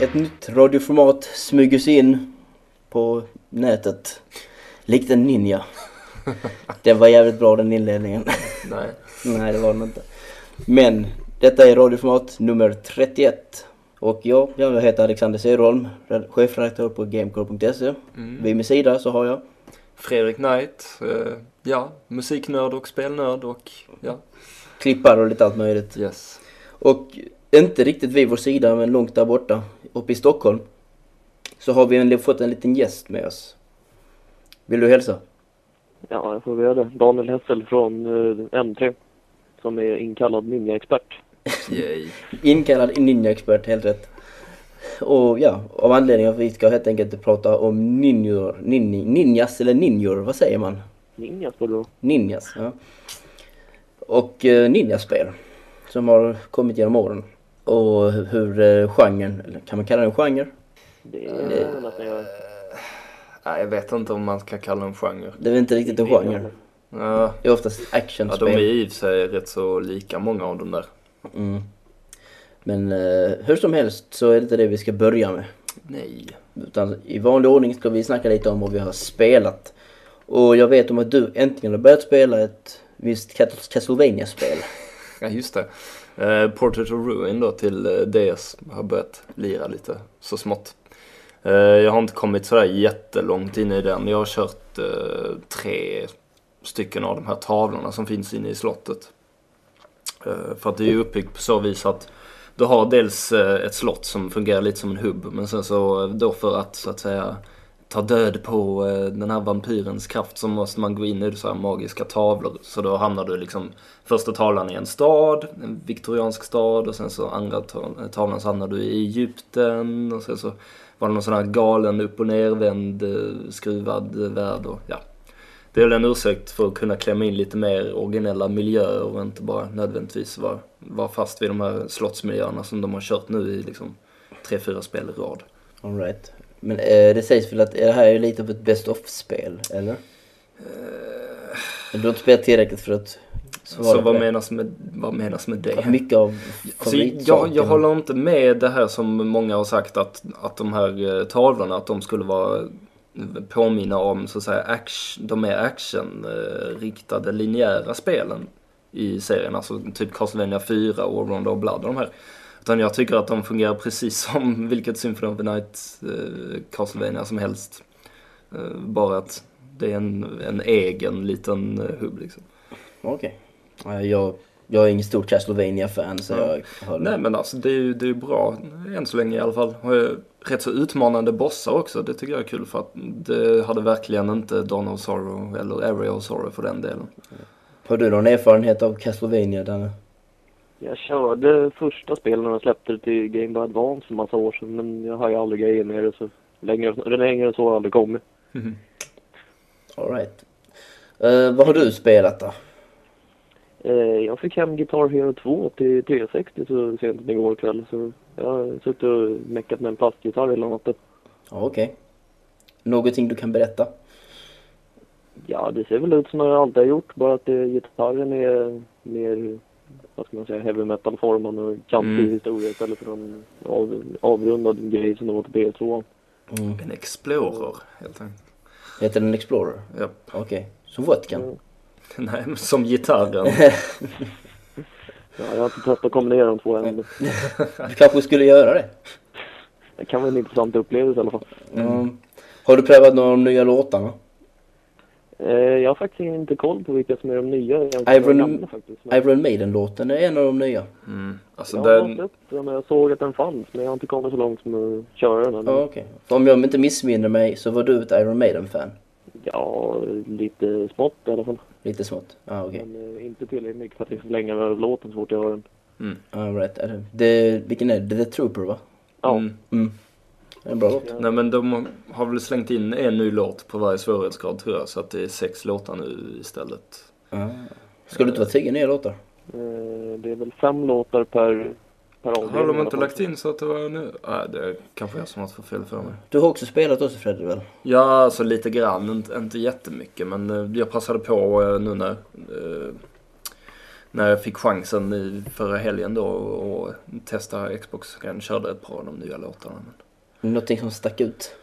ett nytt radioformat smyger sig in på nätet. Likt en ninja. Det var jävligt bra den inledningen. Nej. Nej, det var det inte. Men detta är radioformat nummer 31. Och jag heter Alexander Cederholm, chefredaktör på gamecore.se. Vid min sida så har jag Fredrik Knight, musiknörd och spelnörd och klippare och lite allt möjligt. Yes. Och inte riktigt vid vår sida, men långt där borta, uppe i Stockholm, så har vi fått en liten gäst med oss. Vill du hälsa? Ja, jag får göra det. Daniel Hessel från M3, som är inkallad ninja-expert. Yay. Inkallad ninja-expert, helt rätt. Och ja, av anledningen att vi ska helt enkelt prata om ninjas eller ninjor, vad säger man? Ninjas var det då? Ninjas, ja. Och ninjaspel som har kommit genom åren. Och hur genren, eller kan man kalla den genre? Det är nästan jag... Nej, jag vet inte om man ska kalla den genre. Det är väl inte riktigt en genre. Ja. Det är oftast actionspel. Ja, de är i och för sig rätt så lika många av dem där. Mm. Men hur som helst så är det inte det vi ska börja med. Nej. Utan i vanlig ordning ska vi snacka lite om vad vi har spelat. Och jag vet om att du äntligen har börjat spela ett visst Castlevania-spel. Ja, just det. Portrait of Ruin då till DS har börjat lira lite så smått. Jag har inte kommit sådär jättelångt in i den. Jag har kört 3 stycken av de här tavlorna som finns inne i slottet. För att det är ju uppbyggt på så vis att du har dels ett slott som fungerar lite som en hubb. Men sen så då för att så att säga ta död på den här vampyrens kraft så måste man gå in i så här magiska tavlor. Så då hamnar du liksom första tavlan i en stad, en viktoriansk stad, och sen så andra tavlan så hamnar du i Egypten, och sen så var det någon sån här galen upp- och nervänd skruvad värld och ja. Det är väl en ursäkt för att kunna klämma in lite mer originella miljöer och inte bara nödvändigtvis vara fast vid de här slottsmiljöerna som de har kört nu i liksom 3-4 spel i rad. All right. Men det sägs väl att det här är lite av ett best-of-spel, eller? Du har inte spelat tillräckligt för att svara så på vad det. menas med det? Att mycket av jag håller inte med det här som många har sagt att de här tavlorna att de skulle vara påminna om så att säga de mer action-riktade linjära spelen i serien, alltså typ Castlevania 4 och Rondo of Blood och de här. Utan jag tycker att de fungerar precis som vilket Symphony of the Night Castlevania som helst. Bara att det är en egen liten hubb liksom. Okej. Jag är ingen stor Castlevania-fan så jag har... Nej, men alltså det är ju bra än så länge i alla fall. Har jag rätt så utmanande bossar också. Det tycker jag är kul för att det hade verkligen inte Dawn of Sorrow eller Area of Sorrow för den delen. Har du någon erfarenhet av Castlevania, Danne? Jag körde första spelen när jag släppte det till Game Boy Advance för massa år sedan, men jag har ju aldrig grejer med det, så längre så har jag aldrig kommit. All right. Vad har du spelat då? Jag fick hem Guitar Hero 2 till 360 så sent igår kväll, så jag har suttit och meckat med en plastgitarr eller något. Ja, okej. Någonting du kan berätta? Ja, det ser väl ut som jag alltid har gjort, bara att gitarren är mer, vad ska man säga, heavy metal-formen och kantig historia istället för en avrundad grej som det var till PS2. En Explorer, helt enkelt. Heter den Explorer? Ja. Okej. Som vodkan? Nej, men som gitarren. Ja, jag har inte testat att kombinera de två än. Du kanske skulle göra det? Det kan vara en intressant upplevelse i alla fall. Har du prövat några av de nya låtarna? Jag har faktiskt inte koll på vilka som är de nya. Iron Maiden-låten är en av de nya. Alltså jag har sett den, jag såg att den fanns, men jag har inte kommit så långt som att köra den. Ja, okej. För om jag inte missminner mig så var du ett Iron Maiden-fan? Ja, lite smått i alla fall. Lite smått? Ja, okej. Men inte tillräckligt mycket för att jag ska slänga med låten så fort jag hör den. All right. Vilken är det? The Trooper, va? Ja. En bra låt. Nej, men de har väl slängt in en ny låt på varje svårighetsgrad tror jag, så att det är 6 låtar nu istället. Ska det inte vara 10 nya låtar? Det är väl 5 låtar per avdelning. Har de inte lagt in så att det var nu? Nej, det kanske jag som har fått fel för mig. Du har också spelat också, Fredrik, väl? Ja, alltså lite grann, inte jättemycket, men jag passade på nu när jag fick chansen i förra helgen då och testa Xbox, jag körde ett par av de nya låtarna. Men... Någonting som stack ut?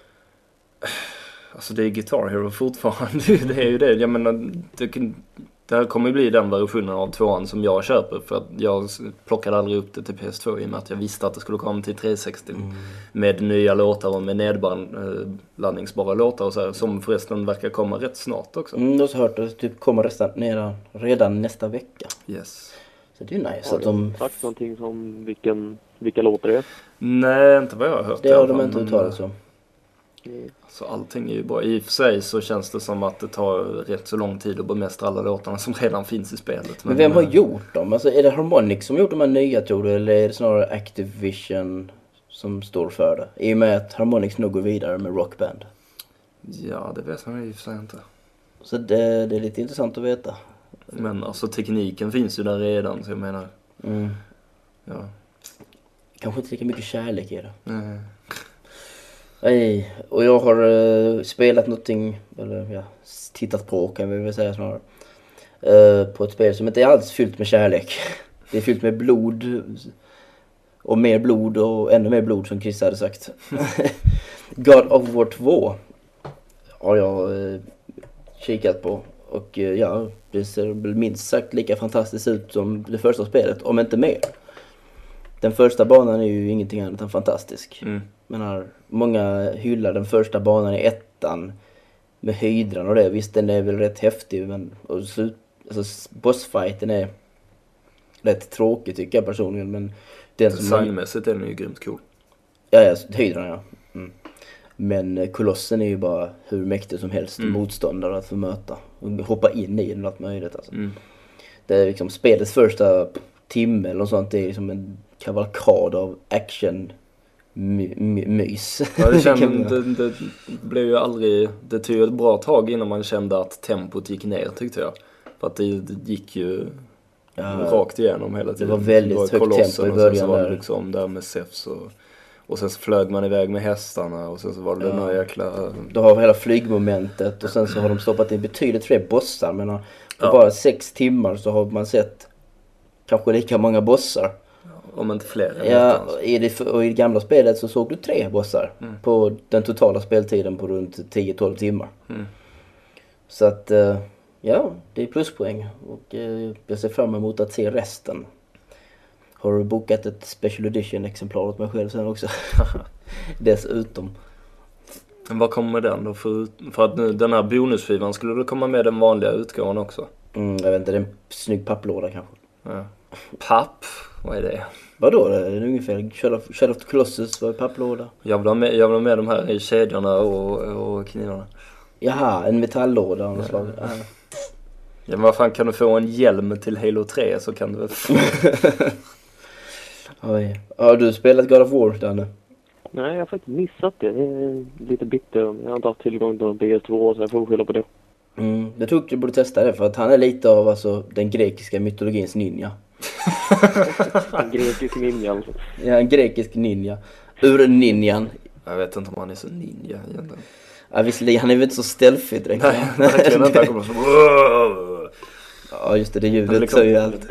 Alltså det är Guitar Hero fortfarande, det är ju det. Jag menar, det här kommer ju bli den versionen av 2an som jag köper, för att jag plockade aldrig upp det till PS2 i och med att jag visste att det skulle komma till 360 med nya låtar och med nedladdningsbara låtar och så här, som förresten verkar komma rätt snart också. Jag har så hört att det typ kommer redan nästa vecka. Yes. Så det är nice Har att de... sagt någonting om vilka låtar det är? Nej, inte vad jag har hört. Det har de inte uttalat så. Så allting är ju bra. I och för sig så känns det som att det tar rätt så lång tid att bemästra alla låtarna som redan finns i spelet. Men vem har gjort dem? Alltså är det Harmonix som gjort de här nya, tror du? Eller är det snarare Activision som står för det? I och med att Harmonix nog går vidare med Rock Band. Ja, det vet man i och för sig inte. Så det är lite intressant att veta. Men alltså tekniken finns ju där redan, så jag menar... Ja. Kanske inte lika mycket kärlek i det. Nej. Nej, och jag har spelat någonting, eller tittat på kan vi väl säga snarare, på ett spel som inte är alls fyllt med kärlek. Det är fyllt med blod och mer blod och ännu mer blod, som Chris hade sagt. God of War 2 har jag kikat på, och det ser minst sagt lika fantastiskt ut som det första spelet, om inte mer. Den första banan är ju ingenting annat än fantastisk. Men många hyllar den första banan i ettan med hydran och det. Visst, den är väl rätt häftig, men bossfighten är rätt tråkig tycker jag personligen. Men den designmässigt är den ju grymt cool. Ja, hydran, ja. Men kolossen är ju bara hur mäktig som helst motståndare att få möta. Och hoppa in i den, allt möjligt alltså. Det är liksom spelets första timme eller något sånt, det är liksom en kavalkad av action mys. Ja, det blev ju aldrig, det tog ju ett bra tag innan man kände att tempot gick ner, tyckte jag. För att det gick ju rakt igenom hela tiden. Det var väldigt högt tempo i början. Och sen så var det liksom där med Zeus och sen så flög man iväg med hästarna och sen så var det den här jäkla... Då har vi hela flygmomentet och sen så har de stoppat in betydligt fler bossar. Men på bara 6 timmar så har man sett kanske lika många bossar. Om inte fler. Ja, i det gamla spelet så såg du 3 bossar på den totala speltiden på runt 10-12 timmar. Så att, det är pluspoäng. Och jag ser fram emot att se resten. Har du bokat ett special edition exemplar åt mig själv sen också? Dessutom. Men vad kommer den då? För att nu, den här bonusskivan, skulle det komma med den vanliga utgåvan också? Jag vet inte, det är en snygg papplåda kanske. Ja. Papp? Vad är det? Vadå? Det är ungefär Shadow of the Colossus var papplåda. Jag vill ha med de här i kedjorna och knivarna. Jaha, en metalllåda av något slag. Ja, men vad fan, kan du få en hjälm till Halo 3 så kan du väl... Oj. Har du spelat God of War, Danne? Nej, jag har faktiskt missat det. Det är lite bitter. Jag har inte haft tillgång till en PS2 så jag får skylla på det. Jag tror att du borde testa det, för att han är lite av den grekiska mytologins ninja. En grekisk ninja alltså. Ja, en grekisk ninja. Ur ninjan. Jag vet inte om han är så ninja egentligen. Ja, visserligen, han är väl inte så stealthy direkt. Nej, verkligen inte. Han kommer så... Ja, just det ljudet liksom, så ju allt.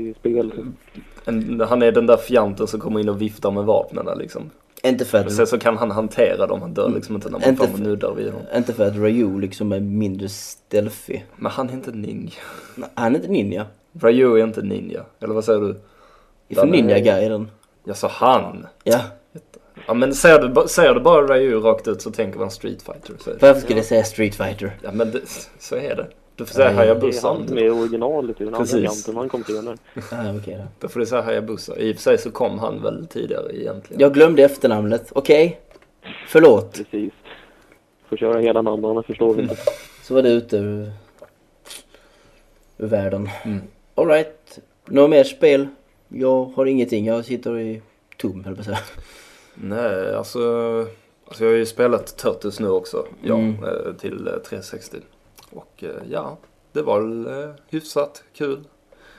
Han är den där fjanten som kommer in och viftar med vapnen liksom. Inte för att... Sen så kan han hantera dem, han dör liksom inte när man får nuddar vid honom. Inte för att Ryu liksom är mindre stealthy. Men han är inte ninja. Han är inte ninja. Ryu är inte ninja, eller vad säger du? Ifrån Ninja-guiden. Jag sa han. Ja. Ja, men säger du bara Ryu rakt ut så tänker man Street Fighter. Varför skulle jag säga Street Fighter? Ja, men så är det. Du får säga Hayabusa. Det är han som är originalet i den andra kanten, han kom senare. Okej då. Då får du säga Hayabusa. I och för sig så kom han väl tidigare egentligen. Jag glömde efternamnet, okej? Förlåt. Precis. Får köra hela namnet, annars förstår vi inte. Så var det ute ur världen. All right. Några mer spel? Jag har ingenting, jag sitter i tom, höll på att säga. Nej, alltså jag har ju spelat Turtles nu också. Till 360. Och det var väl hyfsat kul.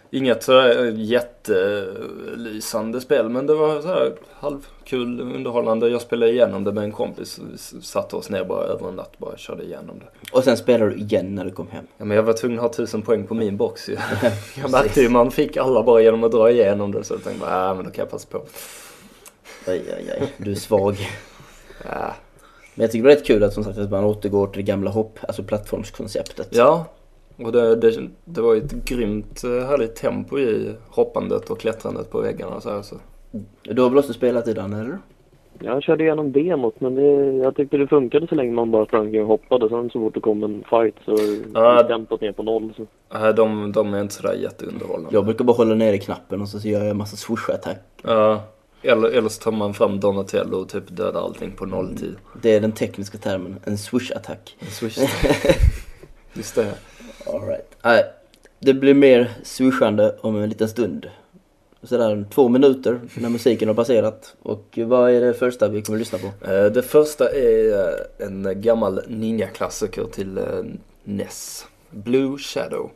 Inget sådär jättelysande spel, men det var sådär halvkul, underhållande. Jag spelade igenom det med en kompis. Satte oss ner bara över en natt, bara körde igenom det. Och sen spelade du igen när du kom hem. Ja, men jag var tvungen att ha 1000 poäng på min box. Jag märkte ju man fick alla bara genom att dra igenom det. Så jag tänkte bara, men då kan jag passa på. Aj, du är svag. Ja. Men jag tycker det är rätt kul att, som sagt, att man återgår till det gamla alltså plattformskonceptet. Ja, och det var ju ett grymt härligt tempo i hoppandet och klättrandet på väggarna. Så. Du har väl också spelat i den, eller? Jag körde igenom demot, men jag tyckte det funkade så länge man bara sprang och hoppade. Sen så fort det kom en fight så dämpat ner på 0. Så. De är inte sådär jätteunderhållande. Jag brukar bara hålla ner i knappen och så gör jag en massa swoosh-attack. Ja, eller så tar man fram Donatello och typ dödar allting på 0-10. Det är den tekniska termen, en swoosh-attack. Just det. All right. Det blir mer swooshande om en liten stund. Sådär 2 minuter när musiken har passerat. Och vad är det första vi kommer att lyssna på? Det första är en gammal ninja-klassiker till NES. Blue Shadow.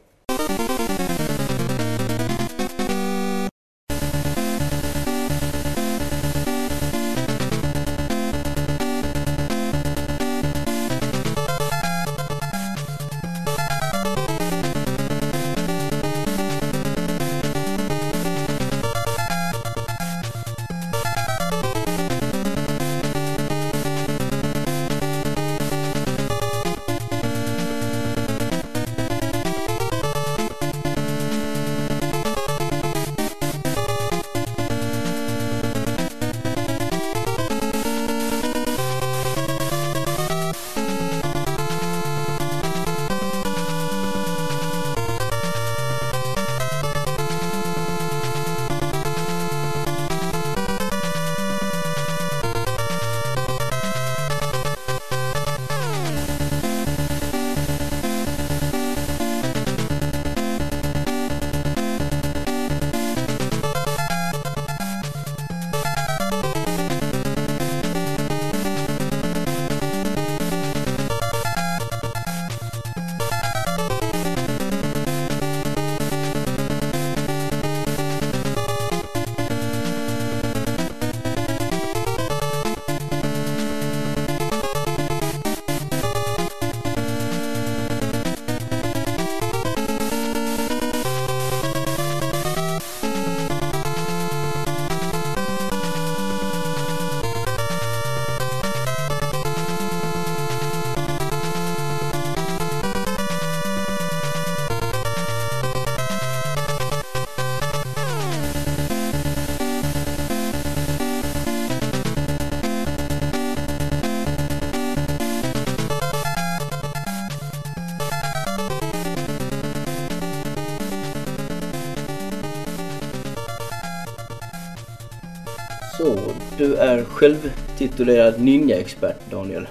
Så, du är självtitulerad ninja-expert, Daniel.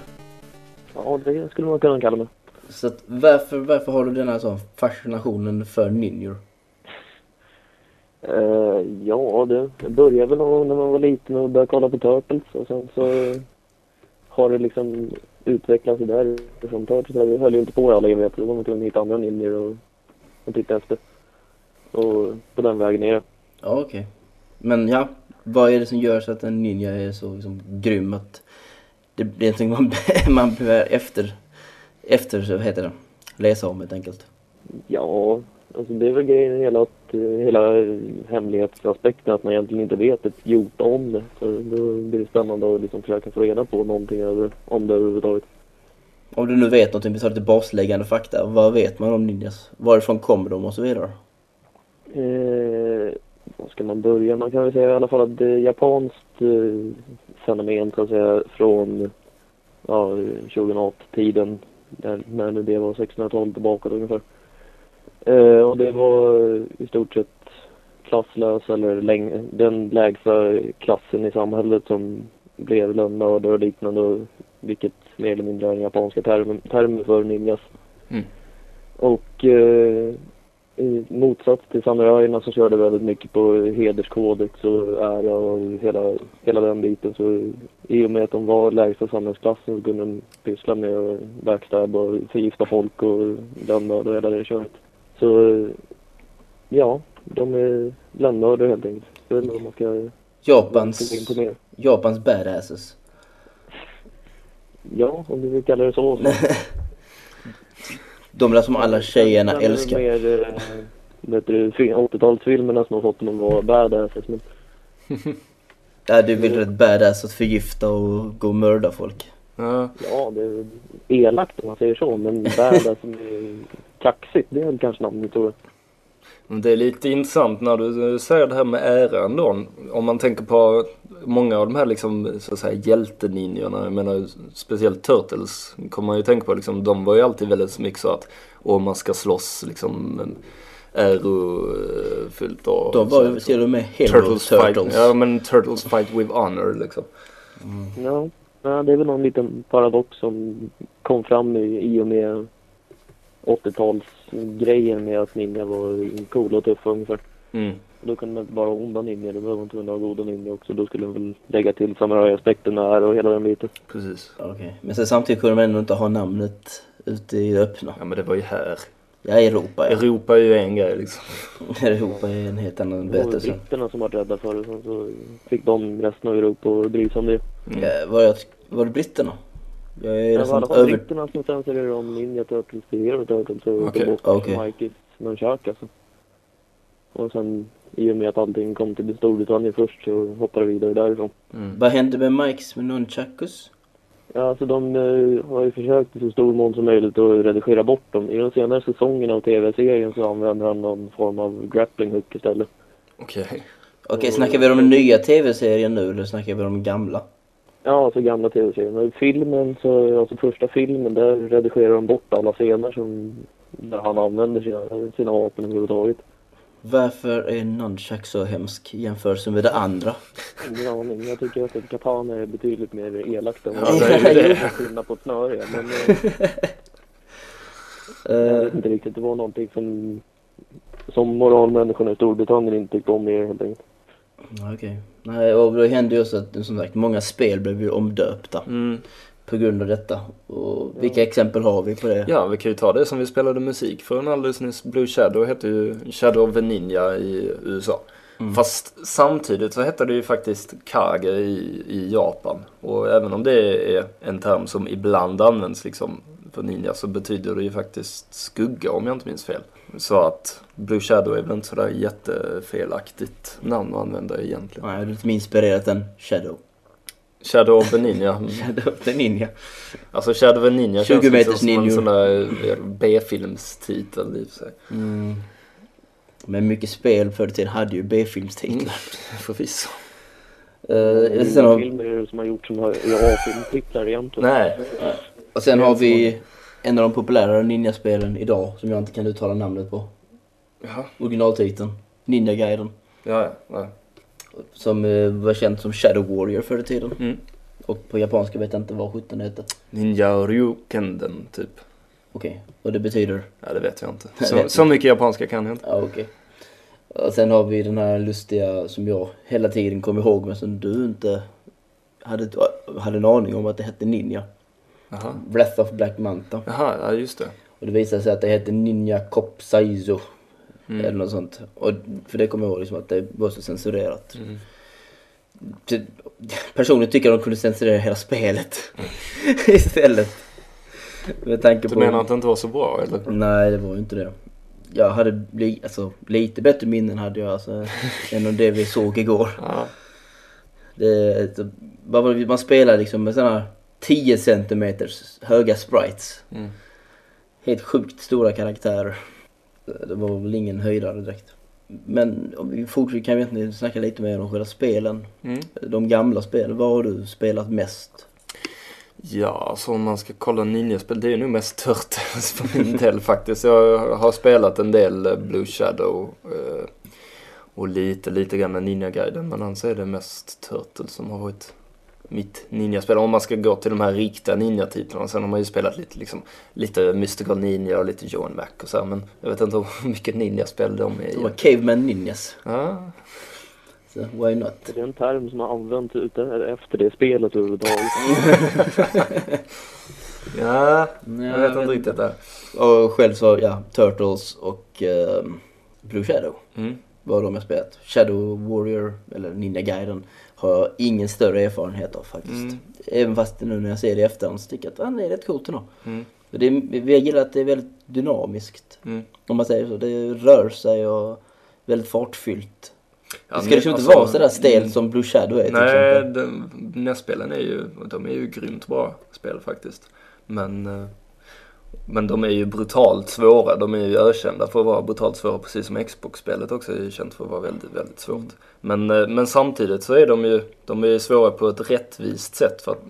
Ja, det skulle man kunna kalla mig. Så att varför har du den här sån fascinationen för ninjor? Ja, det började väl när man var liten och började kolla på Turtles. Och sen så har det liksom utvecklats där från Turtles. Vi höll ju inte på i alla evigheter. Då var man tvungen att hitta andra ninjor och titta efter. Och på den vägen ner. Ja, okej. Men ja, vad är det som gör så att en ninja är så liksom grym att det är någonting man behöver efter så heter det, läsa om helt enkelt? Ja, alltså det är väl grejen hela hemlighetsaspekten att man egentligen inte vet ett jota om det. Så då blir det spännande att liksom försöka få reda på någonting om det överhuvudtaget. Om du nu vet någonting, vi tar lite basläggande fakta. Vad vet man om ninjas? Varifrån kommer de och så vidare? Var ska man börja? Man kan väl säga i alla fall att det är japanskt fenomen så att säga från 2008-tiden när det var 1600-talet tillbaka ungefär. Och det var i stort sett klasslös eller den lägsta klassen i samhället som blev lönnmördare och liknande, vilket mer eller mindre är den japanska termen för ninjas. Mm. Och i motsats till samurajerna så körde väldigt mycket på hederskodex och ära och hela den biten. Så i och med att de var lägsta samhällsklassen så kunde de pyssla med att backstabba och förgifta folk och dömda och hela det köret. Så ja, de är blandnördar helt enkelt. Jag vet inte om man ska gå in på mer. Japans badasses. Ja, om du vill kalla det så. De där som alla tjejerna älskar. Det är mer 80-talsfilmerna som har fått dem att vara badasses. Men... Ja, det är väl rätt badass att förgifta och gå och mörda folk. Ja. Ja, det är elakt om man säger så. Men badass som är kaxigt, det är väl kanske namnet, tror jag. Det är lite intressant när du säger det här med äran då. Om man tänker på många av de här liksom, så att säga, hjälteninjorna, jag menar speciellt Turtles kommer man ju tänka på liksom, de var ju alltid väldigt mycket så att man ska slåss liksom ärofyllt och de var ju till och med Turtles. Ja, men Turtles fight with honor liksom. Ja, det är väl någon liten paradox som kom fram i och med 80-talsgrejen med att ninja var cool och tuff ungefär. Då kunde man inte bara onda ninja, då behöver man inte ha goda ninja också. Då skulle man väl lägga till samurajaspekten här och hela den biten. Precis. Okay. Men sen samtidigt kunde man ändå inte ha namnet ute i det öppna. Ja, men det var ju här. Ja, Europa. Ja. Europa är ju en grej liksom. Europa är en helt annan berättelse. Det var britterna som var rädda för det, så fick de resten av Europa och bry sig om det. Ja, var det britterna? Jag är nästan britterna som censurerade om Ninja Turtles till Hero Turtles och tog bort Mikey Nunchak alltså. Och sen i och med att allting kom till Storbritannien först så hoppade vi vidare därifrån. Vad hände med Mikes med Nunchakus? Ja, alltså de har ju försökt i så stor mån som möjligt att redigera bort dem. I de senare säsongerna av tv-serien så använder han någon form av grappling hook istället. Okej, snackar vi om den nya tv-serien nu eller snackar vi om de gamla? Ja, alltså gamla tv-serien. I filmen, alltså första filmen, där redigerar de bort alla scener där han använder sina vapen överhuvudtaget. Varför är Nunchak så hemsk jämfört med det andra? Ingen aning. Jag tycker att ett katana är betydligt mer elakt än vad det är. Skillnad på ett snöre. Men jag vet inte riktigt. Det var någonting som moralmänniskorna i Storbritannien inte tyckte om mer helt enkelt. Okej. Nej, och då hände ju också att som sagt, många spel blev ju omdöpta på grund av detta. Och vilka exempel har vi på det? Ja, vi kan ju ta det som vi spelade musik för en alldeles nyss. Blue Shadow hette ju Shadow of the Ninja i USA. Fast samtidigt så hette det ju faktiskt Kage i Japan. Och även om det är en term som ibland används liksom för ninja så betyder det ju faktiskt skugga om jag inte minns fel. Så att Blue Shadow är väl inte sådär jättefelaktigt namn att använda egentligen. Nej, du är lite mer inspirerat än Shadow. Shadow of the Ninja. Shadow of the Ninja. Alltså Shadow of the Ninja 20 känns meters liksom som en ninjor. sån där B-filmstitel i och för sig. Men mycket spel förr till hade ju B-filmstitlar. Förvisso. Filmer som har gjort som har A-filmtitlar egentligen. Nej. Och sen har vi en av de populärare ninjaspelen idag som jag inte kan uttala namnet på. Jaha. Originaltiteln. Ninja Gaiden. Ja. Som var känt som Shadow Warrior förr i tiden. Och på japanska vet jag inte vad 17 heter. Ninja Ryukenden typ. Okej. Och det betyder? Ja, det vet jag inte. Så mycket japanska kan jag inte. Ja, okej. Och sen har vi den här lustiga som jag hela tiden kom ihåg men som du inte hade en aning om att det hette Ninja. Jaha. Breath of Black Manta. Jaha, ja just det. Och det visade sig att det hette Ninja Cop Saizo. Eller något sånt. Och för det kommer jag ihåg liksom att det var så censurerat. Personligen tycker jag de kunde censurera hela spelet istället. Med tanke du på... menar att det inte var så bra eller? Nej, det var ju inte det. Jag hade lite bättre minnen hade jag alltså, än det vi såg igår. Ja. Man spelar liksom med sådana 10 centimeters höga sprites. Helt sjukt stora karaktärer. Det var väl ingen höjdare direkt. Men om vi fortsätter kan vi egentligen snacka lite mer om själva spelen. De gamla spelen, vad har du spelat mest? Ja, så om man ska kolla ninjaspel, det är nog mest Turtles för min del faktiskt. Jag har spelat en del Blue Shadow och lite grann Ninja Gaiden, men annars är det mest Turtles som har varit mitt ninjaspel. Om man ska gå till de här riktiga ninjatitlarna, sen har man ju spelat lite Mystical Ninja och lite Joan Mac och så, men jag vet inte hur mycket ninjaspel de är. Det var Caveman Ninjas. Ja. Så why not? Det är en term som har använts efter det spelet överhuvudtaget. Ja, jag vet inte riktigt där. Och själv så, Turtles och Blue Shadow. vad de har spelat. Shadow Warrior eller Ninja Gaiden har jag ingen större erfarenhet av faktiskt. Även fast nu när jag ser det i efterhand så tycker jag att det är rätt coolt ändå. Jag gillar att det är väldigt dynamiskt. Om man säger så. Det rör sig och väldigt fartfyllt. Det ska liksom inte vara så där stelt som Blue Shadow är. Nej, NES-spelen är ju grymt bra spel faktiskt. Men de är ju brutalt svåra. De är ju ökända för att vara brutalt svåra, precis som Xbox-spelet också är känt för att vara väldigt, väldigt svårt. Men samtidigt så är de är svåra på ett rättvist sätt, för att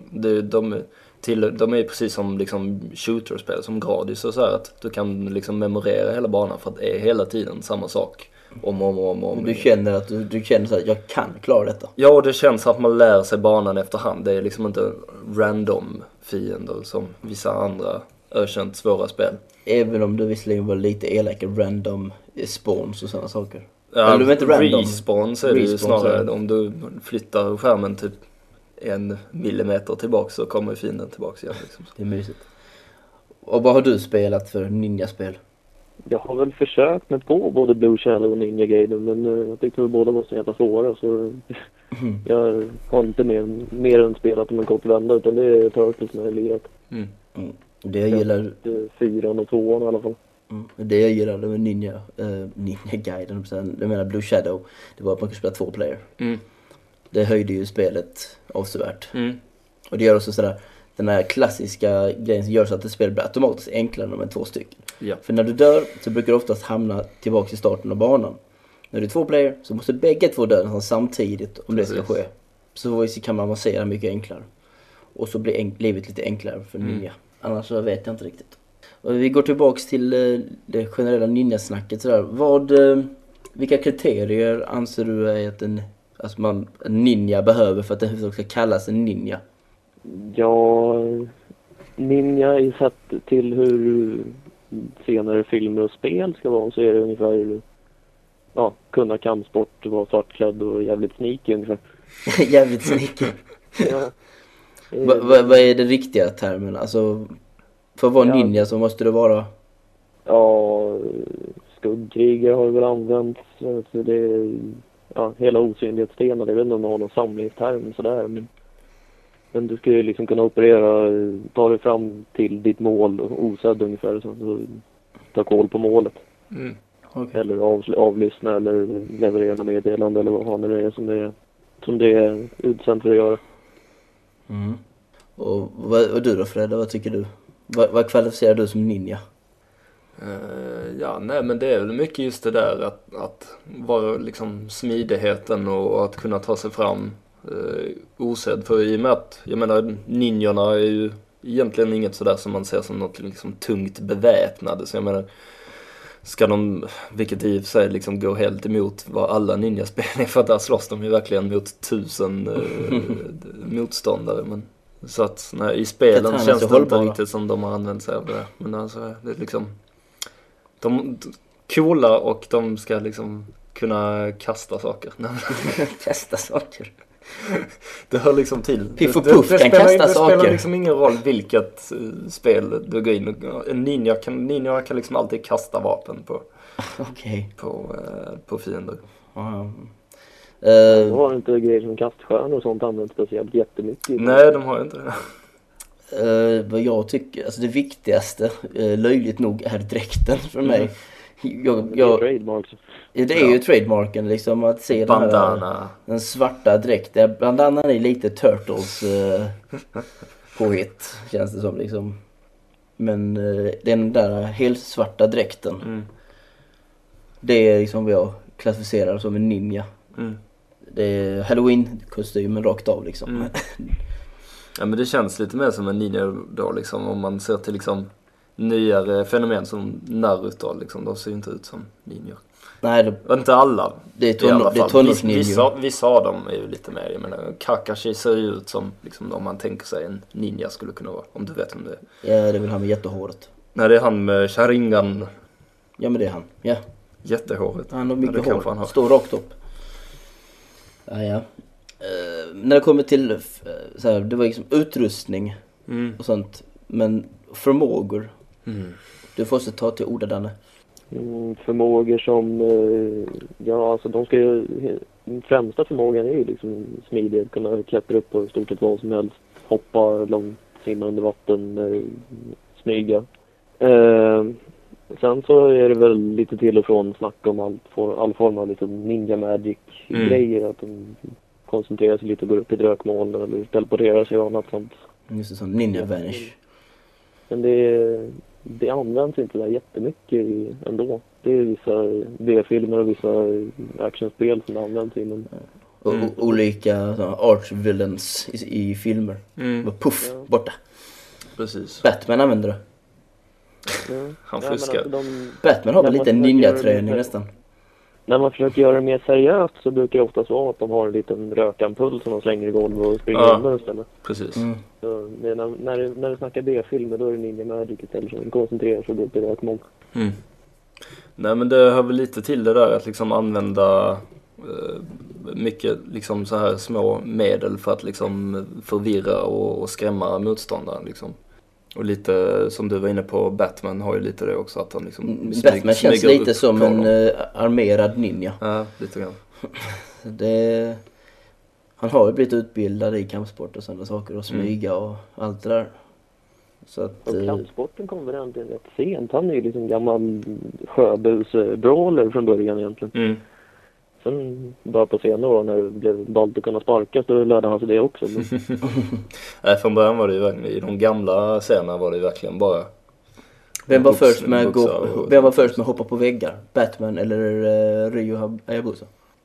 de är precis som liksom shooterspel, som Gradius och så här, att du kan liksom memorera hela banan för att det är hela tiden samma sak. Om. Du känner att du känner så att jag kan klara detta. Ja, och det känns att man lär sig banan efterhand. Det är liksom inte random fiender som vissa andra ökänt svåra spel. Även om du visserligen var lite elaka random spawns och sådana saker. Ja, eller inte random. Respawns är det ju snarare. Om du flyttar skärmen typ 1 millimeter tillbaka så kommer fienden tillbaka igen. Liksom. Det är mysigt. Och vad har du spelat för ninja-spel? Jag har väl försökt med både Blue Shadow och Ninja Gaiden, men jag tyckte att båda var så jävla svåra, så jag har inte mer än spelat om en kort vända, utan det är Turtles som jag har lirat. Det jag gillar... 4 och 2 i alla fall. Det jag gillade med Ninja Gaiden, jag menar Blue Shadow, det var att man kunde spela 2 player. Det höjde ju spelet avsevärt. Och det gör också sådär, den här klassiska grejen som gör så att det spelet blir automatiskt enklare med 2 stycken. Ja. För när du dör så brukar du oftast hamna tillbaka i starten av banan. När det är 2 player så måste bägge 2 dö samtidigt om det ska ske. Så kan man avancera mycket enklare. Och så blir livet lite enklare för ninja. Annars så vet jag inte riktigt. Och vi går tillbaks till det generella ninjasnacket. Vilka kriterier anser du är att en ninja behöver för att det ska kallas en ninja? Ja, ninja i sett till hur senare filmer och spel ska vara, så är det ungefär kunna kampsport, vara svartklädd och jävligt sneaky ungefär. Jävligt sneaky. Ja. Vad är den riktiga termen? Alltså, för att vara ninja så måste det vara... Ja, skuggkrigare har väl använts. Så det är, hela osynlighetsstenar. Jag vet inte om man har någon samlingsterm sådär. Men du ska ju liksom kunna operera, ta dig fram till ditt mål osedd ungefär. Så ta koll på målet. Okay. Eller avlyssna eller leverera meddelande eller vad fan det är som det är utsänt för att göra. Och vad du då, Fred? Vad tycker du? Vad kvalificerar du som ninja? Men det är väl mycket just det där att vara liksom smidigheten och att kunna ta sig fram osedd. För i och med att, jag menar, ninjorna är ju egentligen inget sådär som man ser som något liksom tungt beväpnade. Så jag menar, ska de, vilket i och för sig liksom går helt emot vad alla ninjaspel är, för att där slåss de ju verkligen mot 1000 motståndare. Men så att i spelen känns det inte riktigt som de har använt sig av det. Men alltså, det är liksom de coola, och de ska liksom kunna kasta saker. Kasta saker? Det hör liksom till. Piff och Puff kan kasta saker. Det spelar liksom ingen roll vilket spel du går in. En ninja kan liksom alltid kasta vapen på på fiender. De har inte grejer som kaststjärnor och sånt använt speciellt jättemycket. Nej, de har inte det. Vad jag tycker, alltså det viktigaste, löjligt nog, är dräkten för mig. Det är trademarks. Det är ju trademarken liksom, att se den svarta dräkten. Bandanan är lite Turtles påhitt, känns det som liksom. Men den där helt svarta dräkten, det är liksom vad jag klassificerar som en ninja. Det är Halloween-kostymen rakt av liksom. Ja, men det känns lite mer som en ninja då liksom, om man ser till liksom nyare fenomen som Naruto liksom, de ser inte ut som ninjor. Nej, inte alla. Det är tonårsninjor. Vissa av dem är ju lite mer, jag menar, Kakashi ser ju ut som liksom, om man tänker sig en ninja skulle kunna vara, om du vet om det är. Ja, det är väl han med jättehåret. Nej, det är han med Sharingan. Ja, men det är han. Ja. Jättehåret. Han har mycket hår. Står rakt upp. Ja. När det kommer till så här, det var liksom utrustning och sånt, men förmågor. Du får också ta till orda, Danne. Förmågor som, ja alltså de ska ju, den främsta förmågan är ju liksom smidighet, kunna klättra upp på i stort sett vad som helst, hoppa långt, simma under vatten, smyga. Sen så är det väl lite till och från snack om all form av liksom ninja magic-grejer, att de koncentrerar sig lite och går upp i ett rökmoln eller teleporterar sig och annat sånt. Just det, sån ninja vanish. Men det används inte där jättemycket ändå. Det är vissa B-filmer och vissa actionspel som används inom. Och olika arch-villains i filmer. Och puff, borta. Precis. Batman använder det. Ja. Han Ja, men fuskar. alltså Batman har väl när lite man försöker göra ninja-träning det- nästan. När man försöker göra det mer seriöst så brukar det ofta vara att de har en liten rökampull som de slänger i golvet och springer Ja. undan istället. Precis. Så, när du snackar B-filmer då är det Ninja Magic istället, så de koncentrerar sig och går upp i rökmoln. Nej, men det hör väl lite till det där att liksom använda mycket liksom så här små medel för att liksom förvirra och skrämma motståndaren liksom. Och lite som du var inne på, Batman har ju lite det också, att han liksom Batman känns smyger lite upp som på en dem. armerad ninja. Ja, lite grann. Han har ju blivit utbildad i kampsport och sådana saker och smyga och allt det där. Så att, Och kampsporten kom väl egentligen rätt sent. Han är ju liksom gammal sjöbus-brawler från början egentligen. Sen bara på senare år när det blev ballt att kunna sparka så lärde han sig det också. Nej, från början var det ju i de gamla scenerna var det ju verkligen bara vem var först med boxar att hoppa på väggar? Batman eller Ryu Hayabusa?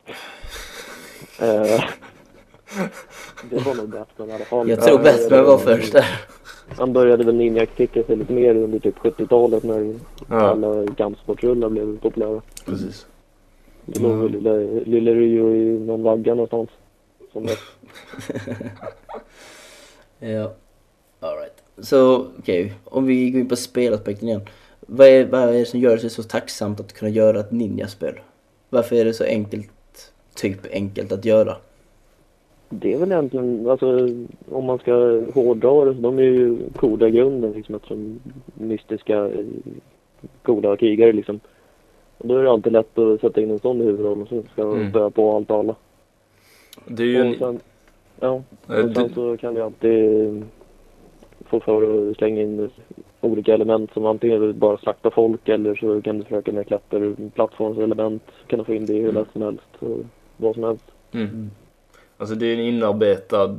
Det var nog Batman i alla fall. Jag tror Batman var först där. Han började väl ninja-kicka sig lite mer under typ 70-talet när alla kampsportrullar blev populära. Precis. Det låg väl lille Ryu i någon vagga någonstans. Som det. Ja, alright. Så okej, om vi går in på spelaspekten igen. Vad är det som gör det så tacksamt att kunna göra ett ninjaspel? Varför är det så enkelt att göra? Det är väl egentligen, alltså om man ska hårdra det, så de är ju coola i grunden liksom, som mystiska coola krigare liksom. Och då är det alltid lätt att sätta in en sån i huvudrollen som ska spöa på allt och alla. Det är ju Och sen, och sen så kan du alltid få för att slänga in olika element som antingen bara slakta folk, eller så kan du försöka med plattformselement, kan du få in det hur lätt som helst och vad som helst. Alltså det är en inarbetad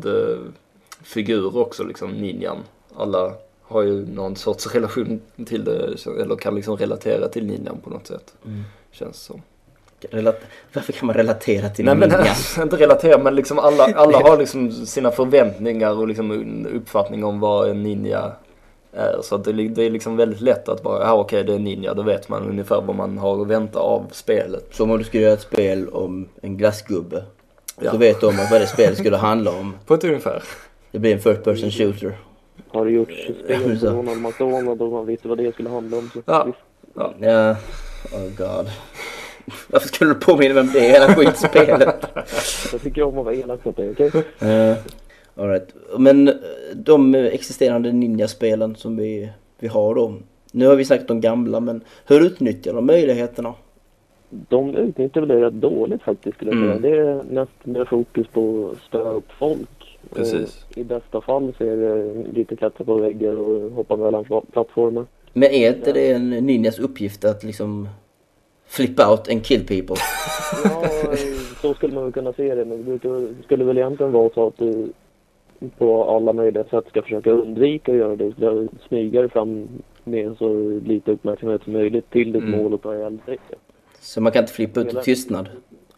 figur också liksom, ninjan. Alla har ju någon sorts relation till det, eller kan liksom relatera till ninjan på något sätt. Känns som. Varför kan man relatera till Nej, ninja? men inte relatera, men liksom alla har liksom sina förväntningar och liksom en uppfattning om vad en ninja är. Så att det är liksom väldigt lätt att bara, okej, det är ninja, då vet man ungefär vad man har att vänta av spelet. Som om du skulle göra ett spel om en glassgubbe. Så vet du om vad det spelet skulle handla om. På ett ungefär. Det blir en first person shooter. Har du gjort spel på någon McDonald's och man visste vad det skulle handla om? Så Ja. Ja, oh god. Varför skulle du påminna mig om det hela skitspelet? Jag tycker om att vara elak mot dig, okej? All right. Men de existerande ninjaspelen som vi har då. Nu har vi sagt de gamla, men hur utnyttjar de möjligheterna? De utnyttjar väl det rätt dåligt faktiskt, skulle jag säga. Det är nästan mer fokus på att störa upp folk. Precis. Och i bästa fall så är det lite klättra på väggar och hoppa mellan plattformar. Men är inte det en ninjas uppgift att liksom flip out and kill people? Ja, så skulle man väl kunna se det. Men det skulle väl egentligen vara så att du på alla möjliga sätt ska försöka undvika att göra det. Du ska smyga dig fram med så lite uppmärksamhet som möjligt till ditt mål och ta ihjäl dig. Så man kan inte flippa ut i tystnad?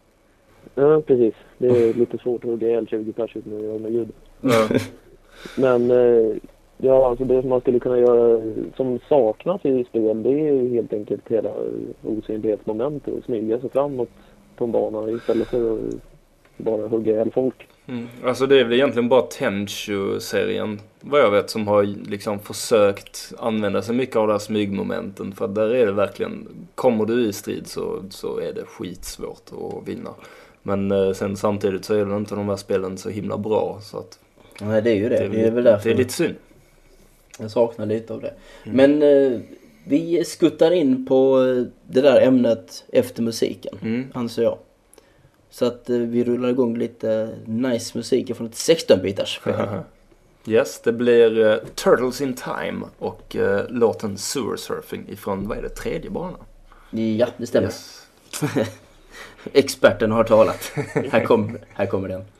Ja, precis. Det är lite svårt att hugga ihjäl 20 personer utan att göra med ljud. Ja. Men ja, alltså det som man skulle kunna göra som saknas i spel, det är ju helt enkelt hela osynlighetsmomentet och smyga sig framåt på en bana istället för att bara hugga ihjäl folk. Alltså det är väl egentligen bara Tenchu-serien, vad jag vet, som har liksom försökt använda sig mycket av de här smygmomenten. För där är det verkligen, kommer du i strid så är det skitsvårt att vinna. Men sen samtidigt så är det inte de här spelen så himla bra. Så att Nej, det är ju det. Det är väl därför. Det är lite synd. Jag saknar lite av det. Men Vi skuttar in på det där ämnet efter musiken, anser jag. Så att vi rullar igång lite nice musik från ett 16-bitars spel. Yes, det blir Turtles in Time och låten Sewer Surfing ifrån, vad är det, tredje banan? Ja, det stämmer. Yes. Experten har talat. Här kommer den.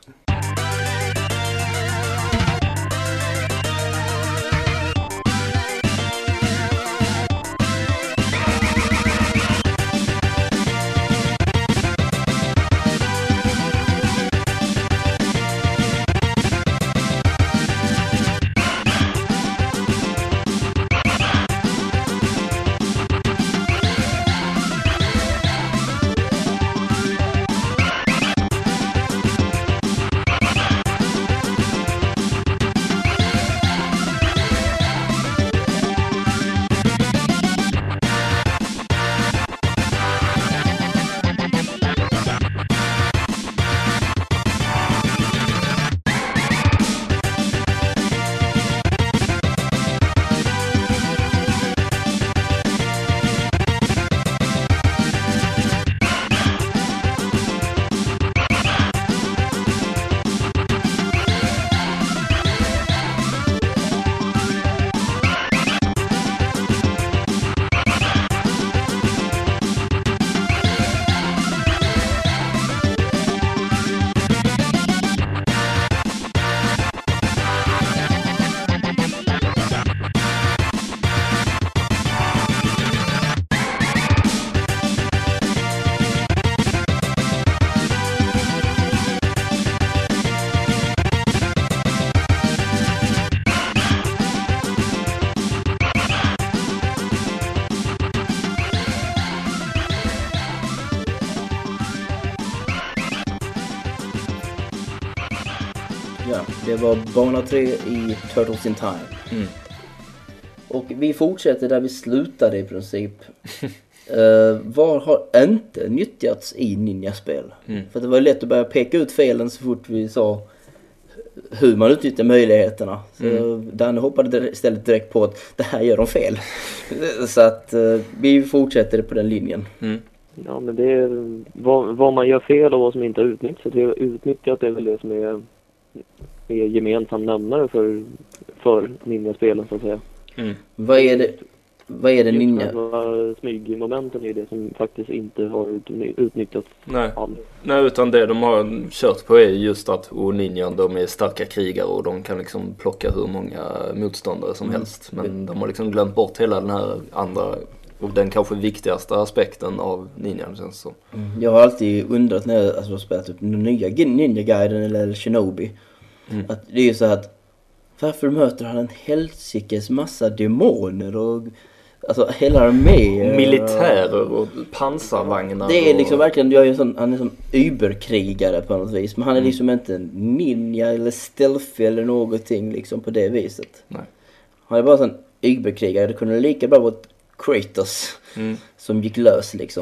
Ja, det var bana 3 i Turtles in Time. Och vi fortsätter där vi slutade i princip. Vad har inte nyttjats i ninjaspel? För det var lätt att börja peka ut felen så fort vi sa hur man utnyttjar möjligheterna. Så Danne hoppade istället direkt på att det här gör de fel. Så att vi fortsätter på den linjen. Ja, men det är vad man gör fel och vad som inte har utnyttjat. Det utnyttjat är väl det som är gemensam nämnare för ninjaspelen, så att säga. Vad är det ninja? Smygmomenten är det som faktiskt inte har utnyttjats alls. Nej, utan det de har kört på är just att ninjan, de är starka krigare och de kan liksom plocka hur många motståndare som helst. Men de har liksom glömt bort hela den här andra och den kanske viktigaste aspekten av ninjan, känns så. Jag har alltid undrat när jag har spelat upp nya Ninja Gaiden eller Shinobi. Att det är ju så att varför möter han en helsikes massa demoner och alltså hela arméer, militärer och pansarvagnar. Det är liksom verkligen, han är som überkrigare på något vis, men han är liksom inte en ninja eller stealthy eller någonting liksom på det viset. Nej. Han är bara en überkrigare. Det kunde lika bra vara Kratos som gick lös liksom,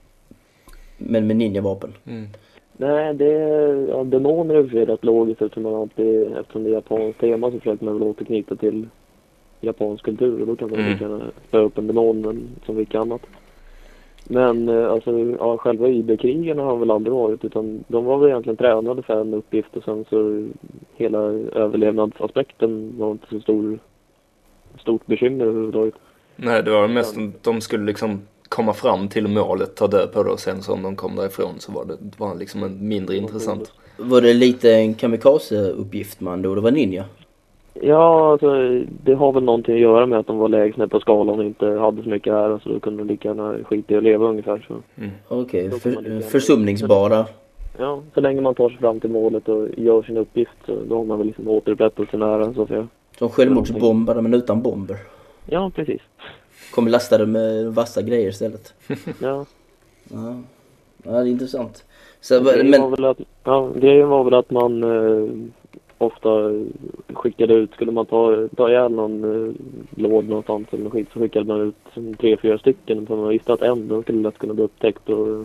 men med ninjavapen. Nej, det är demoner är för rätt logiskt eftersom det är japanskt tema, så försöker man väl återknyta till japansk kultur och då kan man lika spöa upp en demon som vilket annat. Men alltså, själva IB-krigarna har väl aldrig varit, utan de var väl egentligen tränade för en uppgift och sen så hela överlevnadsaspekten var inte så stort bekymmer överhuvudtaget. Nej, det var mest de skulle liksom komma fram till målet, ta död på det och sen så om de kom därifrån så var det liksom en mindre intressant. Var det lite en kamikaze-uppgift man då? Det var ninja? Ja, alltså, det har väl någonting att göra med att de var lägsna på skalan och inte hade så mycket här, så då kunde de lika gärna skita i att leva ungefär. Okej, försumningsbara. Ja, så länge man tar sig fram till målet och gör sin uppgift så då har man väl liksom återupprättat sin ära, så att säga. Som självmordsbombare men utan bomber. Ja, precis. Kommer lastade med vassa grejer istället. Ja. Ja, det är intressant. Så, grejen var väl att man ofta skickade ut, skulle man ta ihjäl någon låd någonstans eller något skit, så skickade man ut 3-4 stycken, för man visste att en skulle lätt kunna bli upptäckt och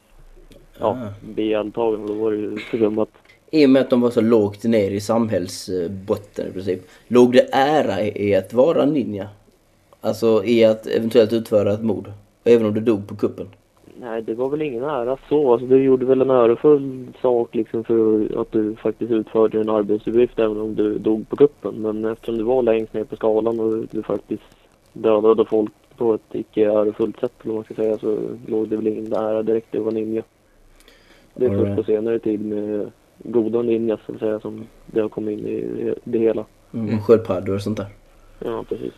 bli ihjältagen, och då var det ju försummat. I och med att de var så lågt ner i samhällsbotten i princip, låg det ära i att vara ninja? Alltså i att eventuellt utföra ett mord. Även om du dog på kuppen. Nej, det var väl ingen ära så. Alltså, du gjorde väl en ärofull sak liksom för att du faktiskt utförde en arbetsuppgift även om du dog på kuppen. Men eftersom du var längst ner på skalan och du faktiskt dödade folk på ett icke ärofullt sätt, eller man ska säga, så låg det väl ingen ära direkt. Det var ninja. Det är först på senare tid med goda ninjas, så att säga, som det har kommit in i det hela. Sköldpaddor och sånt där. Ja, precis.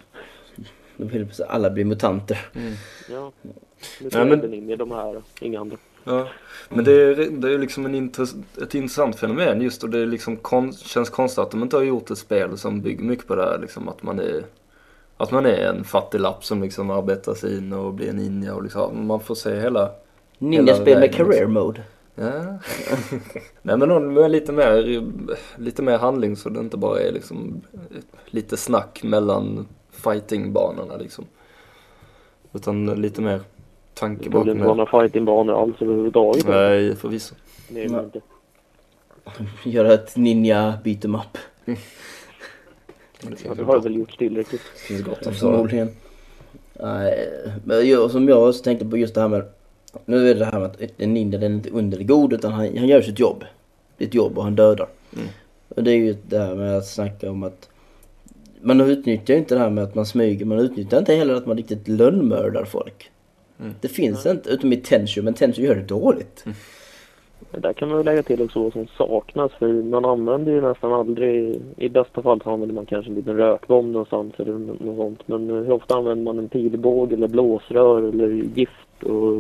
Alla blir mutanter. Ja, det är ninja, de här, inga andra. Ja, men det är liksom ett intressant fenomen just, och det är liksom känns konstigt att de inte har gjort ett spel som bygger mycket på det här, liksom, att man är en fattig lapp som liksom arbetar sig in och blir en ninja, och liksom, man får se hela ninja-spel med career liksom. mode. Ja. Nej, men med lite mer handling, så det inte bara är liksom lite snack mellan fightingbanorna liksom. Utan lite mer tanke bakom det. Det borde inte vara några fightingbanor alls överhuvudtaget. Nej, förvisso. Nej, men inte. Göra ett ninja beat em up. Ja, det har väl gjort tillräckligt. Finns gott om Förmodligen. Nej, men som jag också tänkte på just det här med, nu är det här med att en ninja, den är inte ond eller god, utan han gör sitt jobb. Det är ett jobb och han dödar. Och det är ju det här med att snacka om att man utnyttjar inte det här med att man smyger, man utnyttjar inte heller att man riktigt lönnmördar folk. Det finns inte, utom i Tenchu, men Tenchu gör det dåligt. Där kan man ju lägga till också vad som saknas, för man använder ju nästan aldrig, i bästa fall så använder man kanske en liten rökbomb någonstans eller något sånt, men hur ofta använder man en pilbåge eller blåsrör eller gift och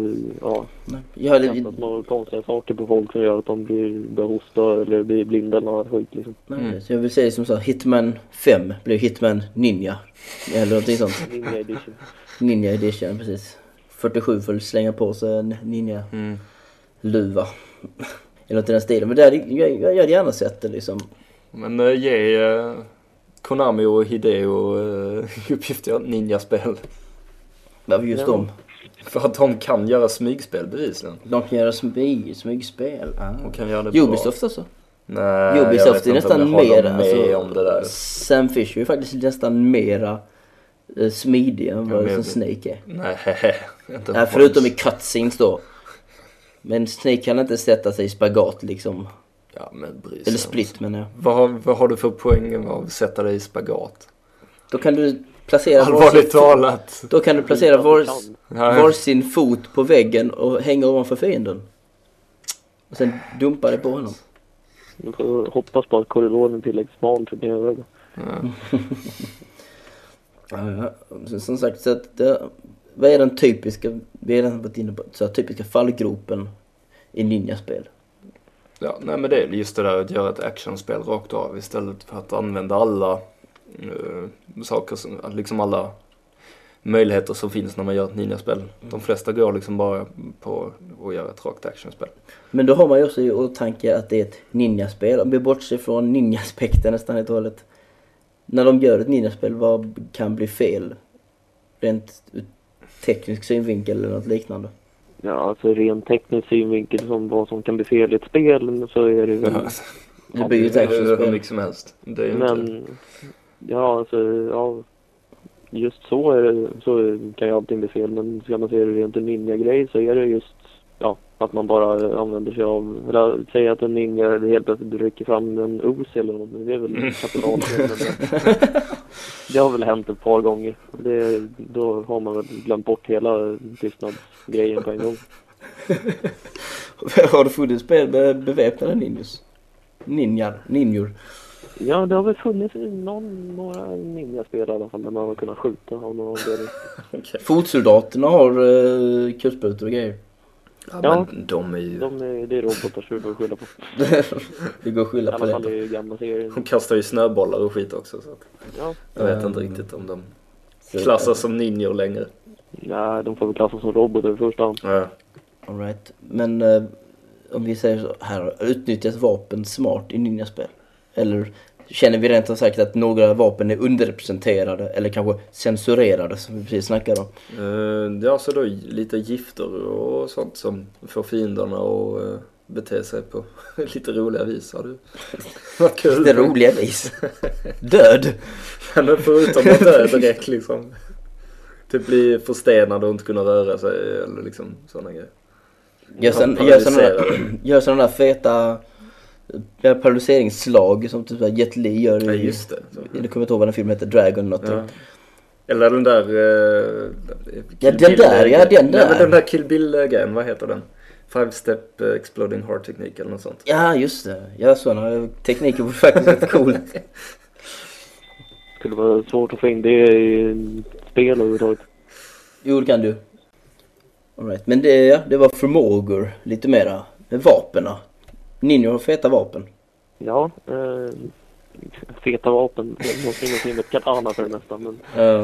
kastat några konstiga saker på folk som gör att de börjar hosta eller blir blinda eller något skit liksom. Så jag vill säga som så, Hitman 5 blev Hitman Ninja eller någonting sånt. Ninja Edition, precis. 47 för att slänga på sig en ninja luva. Eller något i den stilen. Men där, jag hade gärna sett det liksom. Men ge Konami och Hideo uppgifter ninja-spel. Varför just dem? För att de kan göra smygspel bevisligen. De kan göra smygspel. De kan göra det Ubisoft också. Nej, Ubisoft är nästan mer alltså, om det där. Sam Fisher är faktiskt nästan mera smidig än vad som Snake är. Nej, förutom i cutscenes då. Men Snake kan inte sätta sig i spagat liksom. Ja, men bry sig. Eller split, men ja. Vad har du för poäng av att sätta dig i spagat? Då kan du placera allvarligt talat. Då kan du placera var sin fot på väggen och hänga ovanför fienden. Och sen dumpa det på honom. Du får hoppas på att korridoren är tillräckligt smal för dina ögon. Som sagt, så att vad är den typiska, vi har redan varit inne på, så typiska fallgropen i ninjaspel? Ja, nej, men det är just det där att göra ett actionspel rakt av istället för att använda alla saker, liksom alla möjligheter som finns när man gör ett ninjaspel. De flesta går liksom bara på att göra ett rakt actionspel. Men då har man ju också i åtanke att det är ett ninjaspel. Om vi bortser från ninjaspekten nästan helt och hållet. När de gör ett ninjaspel, vad kan bli fel? Rent teknisk synvinkel eller något liknande? Ja, alltså rent teknisk synvinkel som vad som kan bli fel i ett spel, så är det väl... Det blir ju ett actionspel. Hur mycket som helst. Det är ju men, inte... ja, alltså, ja, just så är det, så kan ju allting bli fel, men ska man se det rent en ninja-grej så är det just, ja, att man bara använder sig av, eller säger att en ninja helt plötsligt rycker fram en os eller något, men det är väl kapitalfel. Det har väl hänt ett par gånger. Då har man väl glömt bort hela tystnadsgrejen på en gång. Har du funnits spel med beväpnade ninjor? Ja, det har väl funnits några ninjaspel i alla fall där man har kunnat skjuta av någon anledning. Okay. Fotsoldaterna har kulsprutor och grejer. Ja, men de är ju... Det är robotar så det går att skylla på. Det går att skylla på det. I alla fall i gamla serier. De kastar ju snöbollar och skit också. Så att jag vet inte riktigt om de klassas som ninjor längre. Ja, de får väl klassas som robotar i första hand. Ja. All right. Men om vi säger så här, utnyttjas vapen smart i ninjaspel? Eller känner vi rent sagt att några vapen är underrepresenterade eller kanske censurerade som vi precis snackade om? Ja, så då lite gifter och sånt som får fienderna att bete sig på lite roliga vis. Har du varit kul? Lite roliga vis? Död? Men förutom att död direkt liksom. Typ bli förstenad och inte kunna röra sig eller liksom sådana grejer. Gör sådana där feta paralyseringsslag som typ Jet Li gör. Ja, just det. Jag kommer inte ihåg vad den filmen heter, Dragon någonting. Ja. Eller den där... den där. Den där Kill Bill-grejen, vad heter den? 5-step exploding heart teknik eller något sånt. Ja, just det. Ja, sådana tekniker var faktiskt rätt cool. Det skulle vara svårt att få in det i spel överhuvudtaget. Jo, det kan du. All right. Men det var förmågor lite mera. Vapena. Ninja har feta vapen. Ja, feta vapen. Det måste finnas in ett katana för det mesta. Men,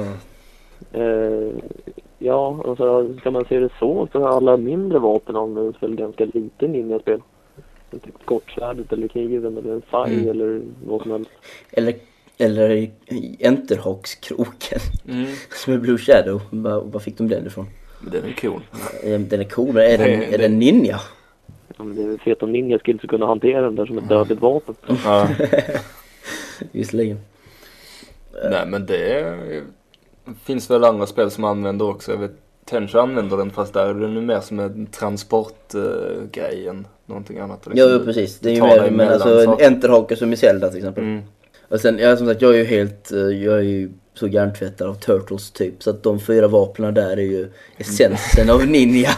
ja, och så ska man se det så alla mindre vapen används väl ganska lite i ninjaspel. Typ kortsvärdet eller kniven eller en faj eller vad som helst. Eller Enterhawks-kroken som är Blue Shadow. Vad fick de den ifrån? Den är cool. Den är cool, men är den ninja? Ja, men det är fet om ninja skills att kunna hantera den där som ett dödligt vapen. Ja. Visserligen. Nej, men det finns väl andra spel som använder också. Jag vet, Tenchu använder den, fast där är den mer som en transportgrej än någonting annat. Liksom. Ja, precis. Det är ju mer, men alltså Enterhawk som i Zelda till exempel. Och sen, som sagt, jag är ju så hjärntvättad av Turtles typ. Så att de 4 vapnen där är ju essensen av ninja.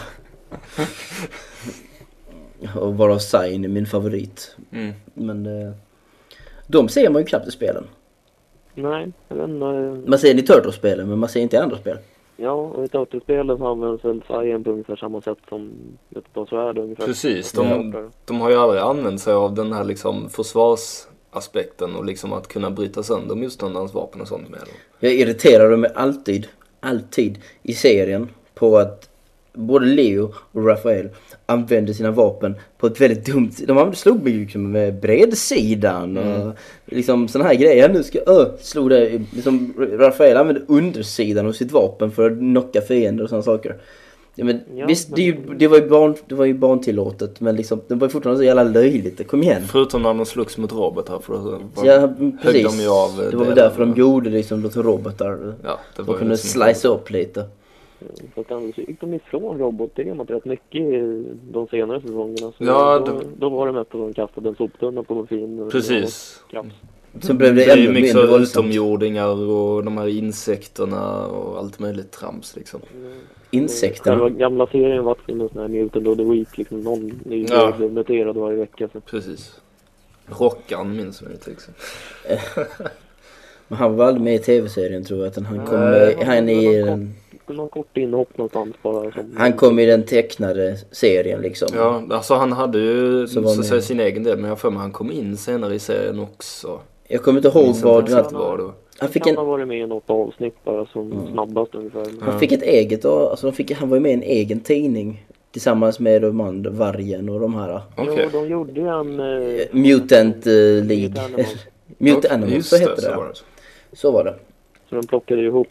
Och bara Sign är min favorit. Men de ser man ju knappt i spelen. Nej, jag vet inte. Man ser det i Turtles-spelen, men man ser inte i andra spel. Ja, och i Turtles-spelen så används väl Sign på ungefär samma sätt som ett par svärd ungefär. Precis, de har ju aldrig använt sig av den här liksom försvarsaspekten och liksom att kunna bryta sönder motståndarens vapen och sånt med dem. Jag irriterar mig alltid i serien på att både Leo och Raphael använde sina vapen på ett väldigt dumt... De slog mig liksom med bredsidan och liksom såna här grejer. Nu ska slog det liksom, Raphael använde undersidan av sitt vapen för att knocka fiender och såna saker. Ja, men visst, det var ju barntillåtet, men liksom, det var ju fortfarande så jävla löjligt. Kom igen. Förutom när de slogs mot robotar, för precis. De ju av det var väl därför de gjorde liksom till robotar. Ja, det var kunde slice upp lite. Så gick de ifrån robottemat rätt mycket i de senare säsongerna. Så ja, då var det med att de kastade en soptunna på en fin. Precis. Så blev det ännu mycket så utomjordingar och de här insekterna och allt möjligt trams liksom. Insekterna? Själva gamla serien var en sån här Mutant of the Week, liksom någon ny blev muterad varje vecka. Så. Precis. Rockan minns man ju till exempel. Men han var aldrig med i tv-serien, tror jag, att han kom med, någon kort inhopp någonstans bara. Han kom i den tecknade serien liksom. Ja, alltså han hade ju så säga sin egen del, men jag för mig han kom in senare i serien också. Jag kommer inte ihåg vad det var. Han fick ha varit med i något avsnitt bara som snabbast ungefär. Han fick ett eget, alltså han var ju med i en egen tidning tillsammans med de andra, Vargen och de här. Okay. Ja, de gjorde en Mutant League. Mutant Animals, så hette det. Så var det. Så de plockade ihop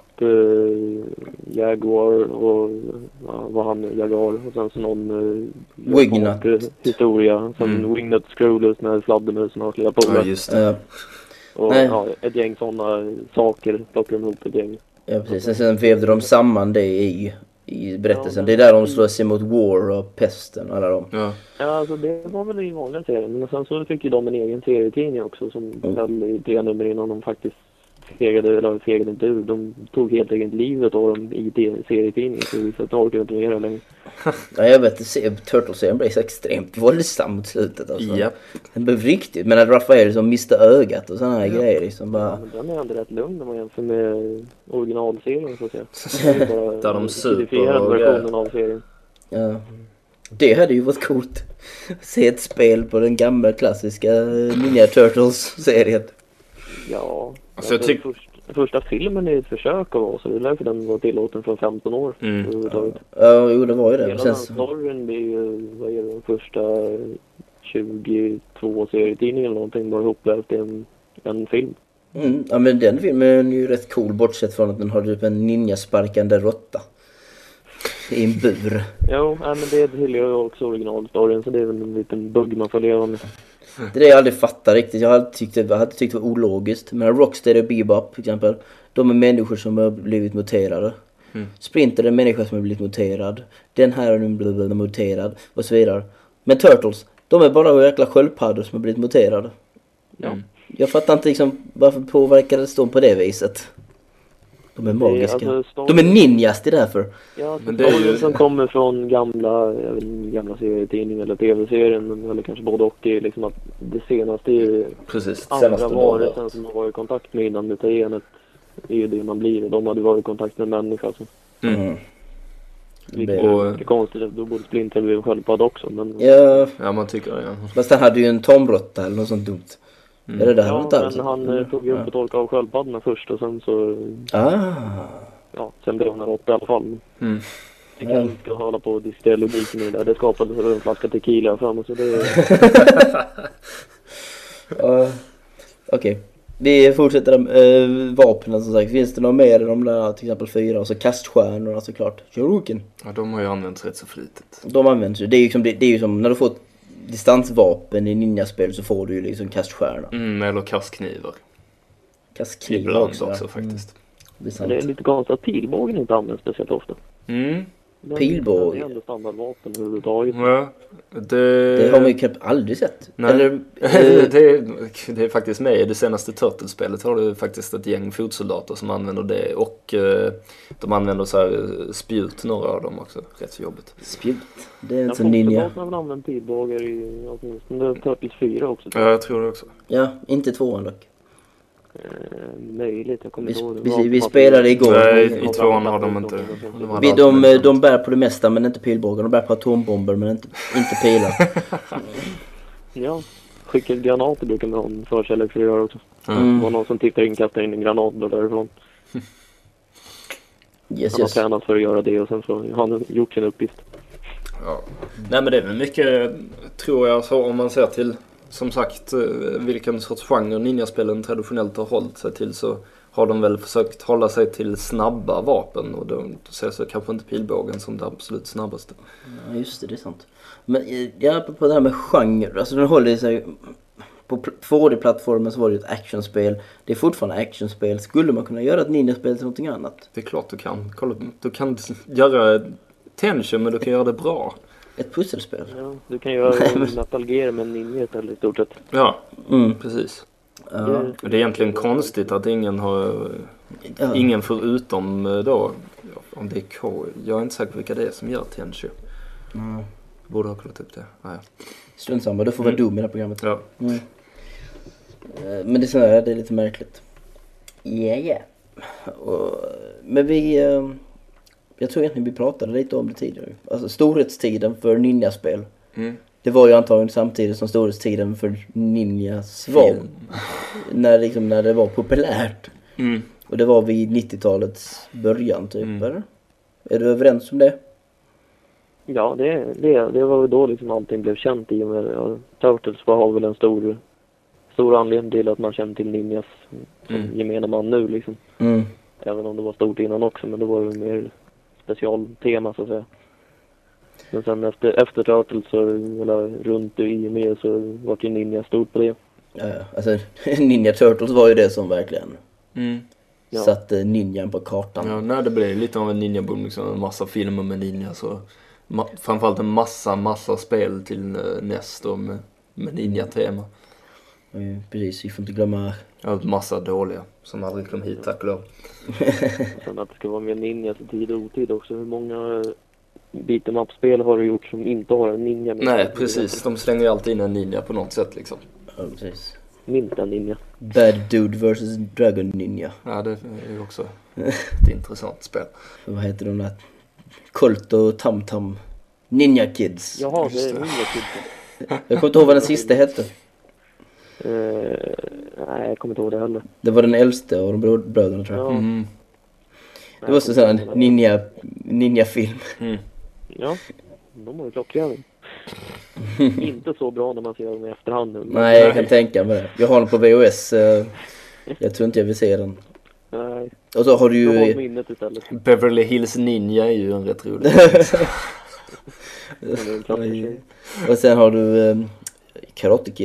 Jaguar och vad han Jaguar och sen så någon Wingnut historia som Wingnut Screwless med fladdermusen och lilla polare. Ja, just det. Och ett gäng sådana saker plockade de ihop ett gäng. Ja, precis. Sen vevde de samman det i berättelsen. Det är där de slår sig mot War och Pesten och alla dem. Ja, alltså det var väl i vanliga serien. Men sen så fick ju de en egen serietidning också som höll i 3 nummer innan de faktiskt fegade inte ur. De tog helt enkelt livet av dem i serietidningen, så vi får orkar inte mer längre. Ja, jag vet, Turtles-serien blev så extremt våldsam mot slutet alltså. Yep. Den blev riktigt, men att Raphael som miste ögat och sådana här grejer liksom bara... Ja, men den är ändå rätt lugn om man jämför med originalserien så att säga. Där de super versionen av serien. Ja. Det hade ju varit coolt. Se ett spel på den gamla klassiska Ninja Turtles-serien. Ja, alltså första filmen är ett försök av oss, så det är därför den var tillåten för 15 år. Ja, jo, det var ju det. Hela den storyn, det är ju, vad är det, den första 22 serietidningen eller någonting, bara ihopvävt i en film. Ja, men den filmen är ju rätt cool, bortsett från att den har typ en ninjasparkande råtta i en bur. Jo, men det tillhör ju också originalstoryn, så det är väl en liten bugg man får leva med. Det är det jag aldrig fattar riktigt. Jag hade tyckt det var ologiskt. Men Rocksteady och Bebop till exempel, de är människor som har blivit muterade. Splinter är en människa som har blivit muterad. Den här är nu blivit muterad och så vidare. Men Turtles, de är bara jäkla sköldpaddor som har blivit muterade. Ja. Jag fattar inte liksom varför påverkades de på det viset. De är magiska. Alltså, de är ninjas, det är därför. Ja, Men det är ju... som kommer från gamla serietidningar eller tv-serien eller kanske både och. Det är liksom att det senaste är Precis, andra varelsen som har varit i kontakt med innan mutagenet är ju det man blir. De hade varit i kontakt med en människa. Så. Vilket är konstigt, då borde Splinter bli sköldpadda också. Men... Ja, man tycker det. Ja. Fast han hade ju en tomrotta eller något sånt dumt. Är det där ja, inte alls? men han tog ju upp och torkade av sköldpaddorna först och sen så... Ja, sen blev han en råtta i alla fall. Vi kan inte hålla på och diskutera logiken i det. Det skapades en flaska tequila framme så det... Okej. Vi fortsätter vapnen som sagt. Finns det något mer än de där till exempel 4 och så kaststjärnorna såklart. Shoryuken. Ja, de har ju använts rätt så flitigt. De används ju. Det är ju som när du får ett distansvapen i ninjaspel så får du ju liksom kaststjärna. Eller kastknivar. Kastknivar ibland också faktiskt. Det är det är lite konstigt att pilbågen inte används speciellt ofta. Pilbåge. Det är ändå standardvapen överhuvudtaget. Ja, det har man ju knappt aldrig sett. Nej. Eller, det är faktiskt med i det senaste Turtles-spelet har du faktiskt ett gäng fotsoldater som använder det och de använder så här spjut, några av dem också. Rätt så jobbigt. Spjut? Det är inte så ninja. Jag har väl använt pilbågar i åtminstone Turtles 4 också. Ja, jag tror det också. Ja, inte 2 dock. Möjligt, jag kommer inte ihåg. Vi spelade igår. Nej, i 2 har de inte. De bär på det mesta men inte pilbågar. De bär på atombomber men inte pilar. Ja, skickade granater brukar man ha en förkärlek för att göra också. Det var någon som tittade in, kastade in en granat därifrån. Han har tränat för att göra det och sen så har han gjort sin uppgift. Ja. Nej, men det är väl mycket, tror jag, så om man ser till som sagt vilken sorts genre ninjaspelen traditionellt har hållit sig till, så har de väl försökt hålla sig till snabba vapen och då ser så kanske inte pilbågen som det absolut snabbaste. Ja, just det är sant. Men på det här med genre, alltså den håller sig på 2D-plattformen så var det ett actionspel. Det är fortfarande actionspel. Skulle man kunna göra ett ninjaspel till någonting annat? Det är klart du kan. Kolla, du kan göra Tension men du kan göra det bra. Ett pusselspel. Ja, du kan göra Metal Gear med en ninja eller i stort sett. Ja, precis. Ja. Det är egentligen konstigt att ingen förutom då, om det är K, jag är inte säker på vilka det är som gör Tension. Borde ha kollat upp det. Ja. Strunt samma, du får vara dum i det här programmet. Ja. Men det är så här, det är lite märkligt. Men jag tror egentligen vi pratade lite om det tidigare. Alltså storhetstiden för ninjaspel. Det var ju antagligen samtidigt som storhetstiden för ninjas var. När det var populärt. Och det var vid 90-talets början typ, eller? Är du överens om det? Ja, det var väl då liksom allting blev känt i och med Turtles har väl en stor anledning till att man känner till ninjas som gemene man nu liksom. Även om det var stort innan också, men det var ju mer specialtema så att säga. Men sen efter Turtles så, eller runt i med så var ju ninja stort på det. Ja, alltså Ninja Turtles var ju det som verkligen satte ninjan på kartan. Ja, nej, det blev lite av en ninja-boom liksom, en massa filmer med ninjas och framförallt en massa spel till NES då med ninja-tema. Precis, vi får inte glömma. Ja, massa dåliga som aldrig kom hit, tack och lov. Sen att det ska vara mer ninjas i tid och otid också. Hur många beat'em up-spel har du gjort som inte har en ninja med? Nej, precis. De slänger ju alltid in en ninja på något sätt liksom. Ja, precis. Minst en ninja. Bad Dude vs Dragon Ninja. Ja, det är ju också ett intressant spel. Vad heter de där? Colt och Tam-Tam. Ninja Kids. Jaha, det är Ninja Kids. Jag kommer inte ihåg vad den sista hette. Nej, jag kommer inte ihåg det heller. Det var den äldste av de bröderna tror jag. Ja. Det var så en ninja-film. Ja, de har ju klockrena. Inte så bra när man ser dem i efterhand nu. Nej, jag kan tänka mig det. Jag har den på VHS. Jag tror inte jag vill se den. Nej. Och så har du ju... minnet istället. Beverly Hills Ninja är ju en rätt rolig. Och sen har du Karate Kid.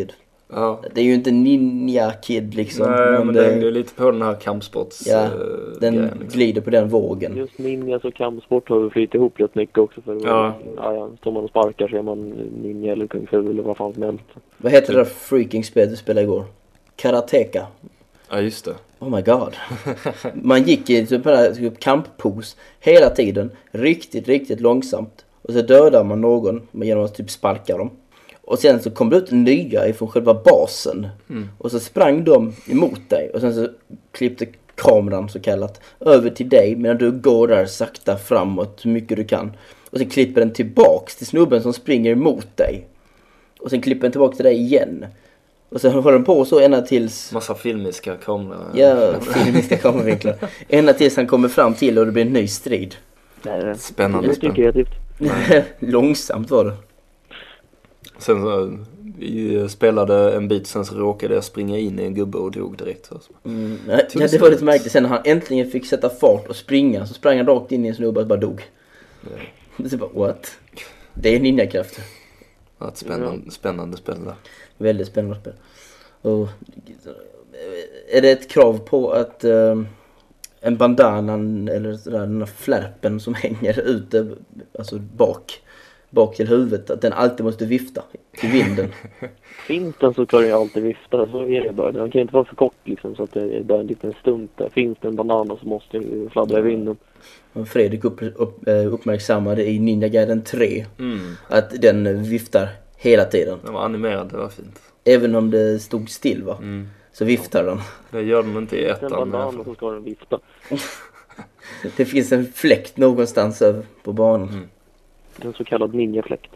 Ja. Det är ju inte Ninja Kid liksom. Nej, men det hängde ju lite på den här kampsports Ja, den grejen, liksom. glider på den vågen. Just ninjas och kampsport har vi flyttat ihop rätt mycket också. För Ja. Står man och sparkar så är man ninja eller kung fu eller vad fan som helst. Vad heter det där freaking spelet du spelade igår? Karateka. Ja, just det. Oh my god. Man gick i typ kamppose hela tiden. Riktigt långsamt. Och så dödar man någon genom att typ sparka dem. Och sen så kom det ut nya ifrån själva basen. Och så sprang de emot dig. Och sen så klippte kameran så kallat över till dig medan du går där sakta framåt så mycket du kan. Och sen klipper den tillbaks till snubben som springer emot dig. Och sen klipper den tillbaka till dig igen. Och sen håller den på så ända tills... Massa filmiska kameror. Ja, filmiska kameravinklar. Ända tills han kommer fram till och det blir en ny strid. Spännande. Det är kreativt. Långsamt var det. Sen så, vi spelade en bit, sen så råkade jag springa in i en gubbe och dog direkt. Så. Ja, det var lite märkligt. Sen när han äntligen fick sätta fart och springa så sprang han rakt in i en snubbe och bara dog. Så bara, what? Det är ninjakrafter. Ja, ett spännande spel där. Väldigt spännande spel. Och, är det ett krav på att en bandanan eller sådär, den här flärpen som hänger ute, alltså bak till huvudet, att den alltid måste vifta i vinden? Finns den så kan den ju alltid vifta, så är det bara. Den kan inte vara för kort liksom, så att det är bara en liten stump där. Finns det en banan så måste den fladdra i vinden. Och Fredrik uppmärksammade i Ninja Gaiden 3 att den viftar hela tiden. Den var animerad, det var fint. Även om det stod still, va? Så viftar den. Det gör de inte i En ettan. banan så ska den vifta. Det finns en fläkt någonstans över på banan. En så kallad ninjafläkt.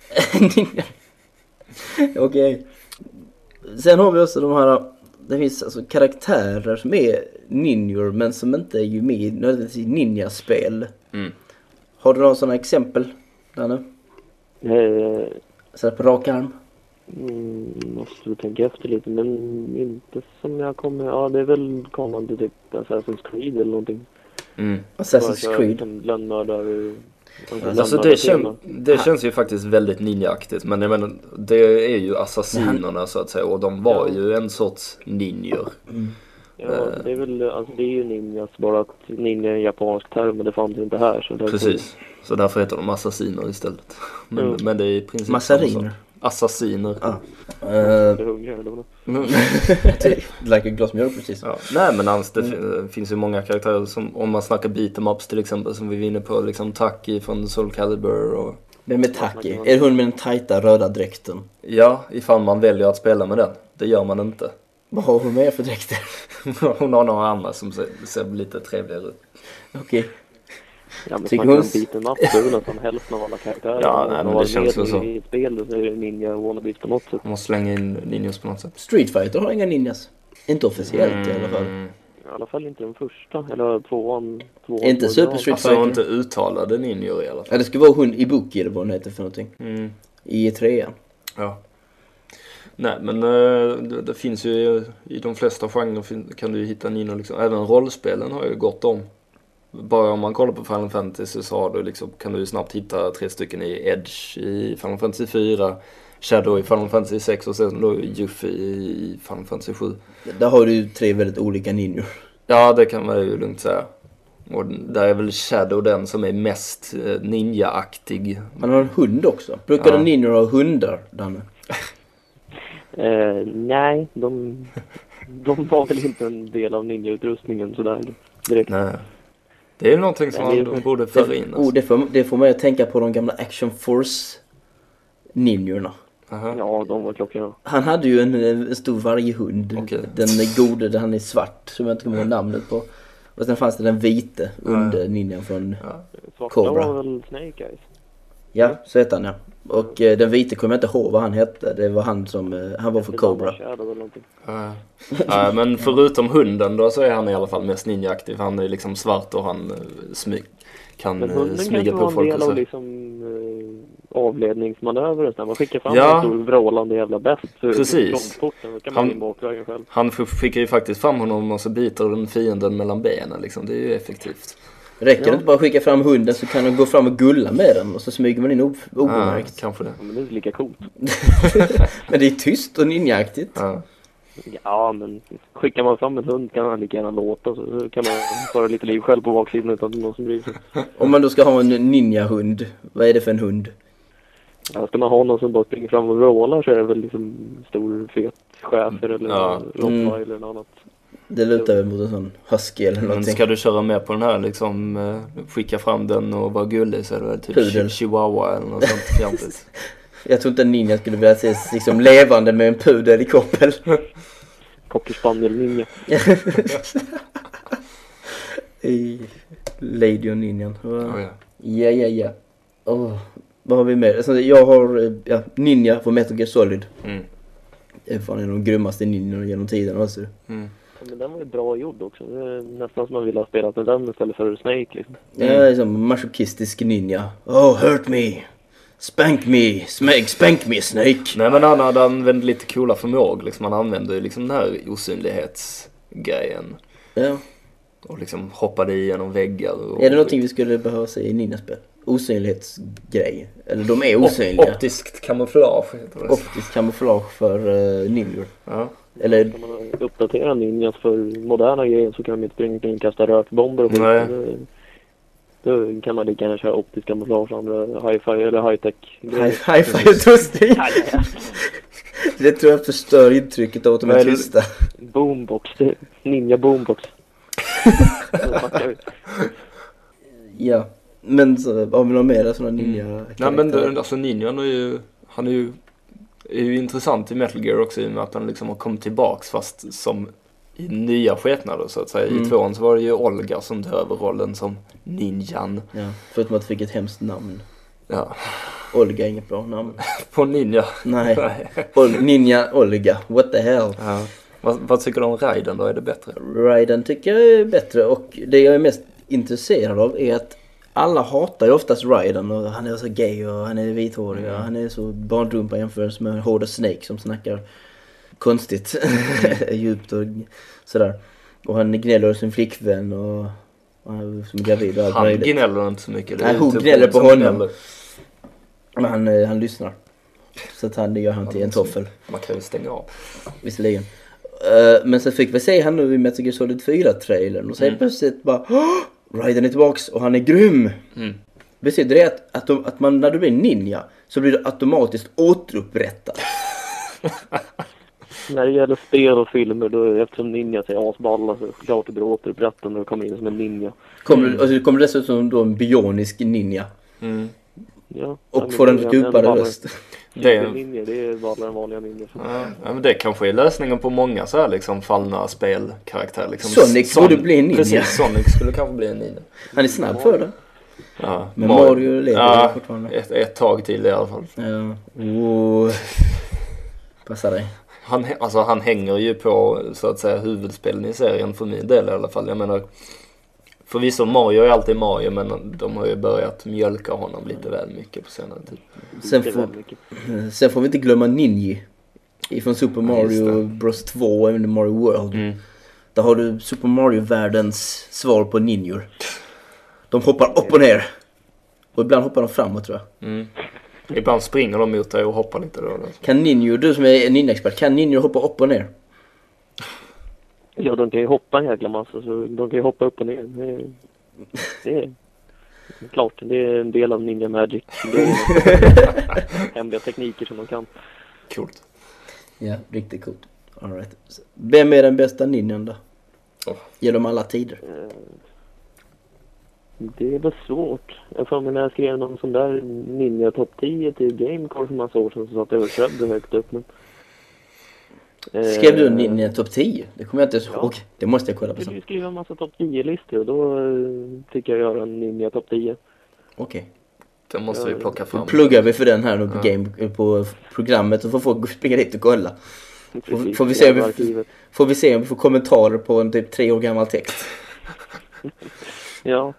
Okej. Sen har vi också de här, det finns alltså karaktärer som är ninjor men som inte är ju med nödvändigtvis i ninjaspel. Har du några sådana exempel, Danne? Så på rak arm? Måste du tänka efter lite, men inte som jag kommer... Ja, det är väl kommande typ Assassin's Creed eller någonting. Assassin's Creed. Lönnmördare. Alltså det känns ju faktiskt väldigt ninjaaktigt, men jag menar, det är ju assassinerna så att säga, och de var ju en sorts ninjor. Ja, det är väl, alltså det är ju ninjas, bara att ninja är en japansk term, men det fanns inte här. Så precis, så därför heter de assassiner istället. Men det är i princip massariner. Assassiner. Det är hungriga, eller vad? Like ett glas mjölk, precis. Ja. Nej, men alltså, det finns ju många karaktärer som, om man snackar beat'em ups till exempel, som vi vinner på, liksom Taki från Soul Calibur och... Vem är Taki? Är det hon med den tajta röda dräkten? Ja, ifall man väljer att spela med den. Det gör man inte. Vad har hon med för dräkter? Hon har några andra som ser lite trevligare ut. Okej. Ja, men snackar om beat'em up, det är väl nästan hälften av alla karaktärer. Ja, nej, men det känns ju så. I spelet så är det ninja wannabes på något sätt. Man måste slänga in ninjas på något sätt. Street Fighter har inga ninjas. Inte officiellt i alla fall. I alla fall inte den första, eller tvåan. Inte Super Street Fighter. Alltså inte uttalade ninjor i alla fall. Ja, det ska vara hon Ibuki eller vad hon heter för någonting. I 3. Ja. Nej, men det finns ju i de flesta genrer kan du ju hitta ninjor liksom. Även rollspelen har ju gått om. Bara om man kollar på Final Fantasy så har du liksom, kan du ju snabbt hitta 3 stycken i Edge i Final Fantasy 4, Shadow i Final Fantasy 6 och sen då Yuffie i Final Fantasy 7. Där har du ju 3 väldigt olika ninjor. Ja, det kan man ju lugnt säga. Och där är väl Shadow den som är mest ninja-aktig. Man har en hund också. Brukar de ninjor ha hundar, Danne? Nej, de var väl inte en del av ninja-utrustningen sådär direkt. Nej. Det är någonting som de borde föra in. Det får man ju tänka på de gamla Action Force-ninjorna. Ja, de var klockrena. Han hade ju en stor varghund. Okay. Den gode, han är svart, som jag inte kommer ihåg namnet på. Och sen fanns det den vite under ninjan från Cobra. Svarta var väl Snake Eyes? Ja, så heter han, ja. Och den vite kommer jag inte ihåg vad han hette. Det var han som, han var för Cobra. Men förutom hunden då så är han i alla fall mest ninjaaktiv. Han är liksom svart och han kan smyga på folk. Men hunden kan vara en del av liksom avledningsmanöver. Man skickar fram en stor vrålande jävla bäst. Precis. Själv. Han skickar ju faktiskt fram honom och så biter den fienden mellan benen liksom. Det är ju effektivt. Räcker det inte bara att skicka fram hunden så kan de gå fram och gulla med den och så smyger man in obemärkt. Kanske det. Ja, men det är lika coolt. Men det är tyst och ninjaaktigt. Ja. Ja, men skickar man fram en hund kan han lika gärna låta, så kan man föra lite liv själv på baksidan utan någon som bryr sig. Om man då ska ha en ninjahund, vad är det för en hund? Ja, ska man ha någon som bara springer fram och rålar så är det väl liksom stor fet schäfer eller rottweiler eller något annat. Det lutar väl mot en sån husky eller Men någonting. ska du köra med på den här liksom, skicka fram den och vara gullig så är det typ Pudel. chihuahua eller något sånt fjantigt. Jag tror inte en ninja skulle vilja ses liksom levande med en pudel i koppel. Cocker spaniel ninja. I Lady och ninjan. Oh, Ja. Vad har vi med? Alltså, jag har ninja på Metal Gear Solid. Det är fan en av de grymmaste ninjorna genom tiden. Alltså. Ja, men den var ju bra gjord också. Det är nästan som man vill ha spelat med den istället för Snake liksom. Jag är som masochistisk ninja. Oh, hurt me. Spank me. Spank me, Snake. Nej, men han hade använt lite coola förmågor. Liksom, han använde ju liksom den här osynlighetsgrejen. Ja. Och liksom hoppade igenom väggar. Och Är det någonting vi skulle behöva se i ninjaspel? Osynlighetsgrej. Eller de är osynliga. Optiskt kamouflage heter det. Optisk kamouflage för ninjor. Ja. Eller Om man uppdaterar ninjas för moderna grejer så kan de inte springa och kasta rökbomber och skit. Nej. Då kan man lika gärna köra optisk kamouflage och andra hi-fi eller high-tech grejer. Hi-fi utrustning. Det tror jag förstör intrycket av att de är tysta. Boombox, ninja boombox. Ja, men så har vi någon mer sådana ninja? Nej, men alltså ninjan han är ju intressant i Metal Gear också i och med att han liksom har kommit tillbaks fast som i nya skepnader så att säga. I tvåan så var det ju Olga som tog över rollen som ninjan. Ja, förutom att det fick ett hemskt namn. Ja. Olga är inget bra namn. På ninja. Nej. Ninja Olga, what the hell. Ja. Vad tycker du om Raiden då? Är det bättre? Raiden tycker jag är bättre och det jag är mest intresserad av är att alla hatar ju oftast Raiden och han är så gay och han är vithårig och han är så barndrumpa jämfört med Hårda Snake som snackar konstigt, djupt och sådär. Och han gnäller sin flickvän och han som är gravid och allt Han möjligt. gnäller inte så mycket. Nej, hon gnäller på honom. Men han lyssnar. Så att han gör han till en toffel. Man kan ju stänga av. Visserligen. Men så fick vi se han nu i Metal Gear Solid 4-trailern och så helt plötsligt bara Raiden är tillbaks och han är grym. Betyder det att man när du blir ninja så blir du automatiskt återupprättad? När det gäller spel och filmer då eftersom ninjas är asballa så klart det blir återupprättande när du kommer in som en ninja. Kommer du dessutom då en bionisk ninja? Ja, Och får en djupare röst. Det är valare än vanliga ninjor. Ja, men det kanske är lösningen på många så här liksom fallna spelkaraktärer. Liksom. Sonic borde bli en ninja. Precis, Sonic skulle kanske bli en ninja. Han är snabb för det. Ja, Men Mario lever fortfarande. Ett tag till i alla fall. Ja. Passa dig. Han hänger ju på så att säga huvudspelen i serien för min del i alla fall. Jag menar, förvisso Mario är alltid Mario men de har ju börjat mjölka honom lite väl mycket på senare tid. Sen får vi inte glömma Ninja från Super Mario Bros 2 och Mario World. Där har du Super Mario-världens svar på ninjor. De hoppar upp och ner. Och ibland hoppar de framåt tror jag. Ibland springer de mot dig och hoppar lite då. Kan ninjor, du som är en ninja-expert, kan ninjor hoppa upp och ner? Ja, de kan ju hoppa en jäkla massa så de kan ju hoppa upp och ner. Det är klart, det är en del av Ninja Magic. Det är hemliga tekniker som de kan. Coolt. Ja, riktigt coolt. All right. Vem är den bästa ninjan då? Genom alla tider. Det var svårt. Jag får mig när jag skrev någon sån där ninja topp 10 till Gamecore för massa år sedan så satt jag och Shredder högt upp. Men, skrev du ninja topp 10? Det kommer jag inte ihåg. Det måste jag kolla på sen. Du skriver en massa topp 10-listor och då tycker jag göra en ninja topp 10. Okej. Det måste vi plocka fram. Då pluggar vi för den här nu på programmet och får folk springa dit och kolla. Får vi se om vi får kommentarer på en typ 3 år gammal text. Ja.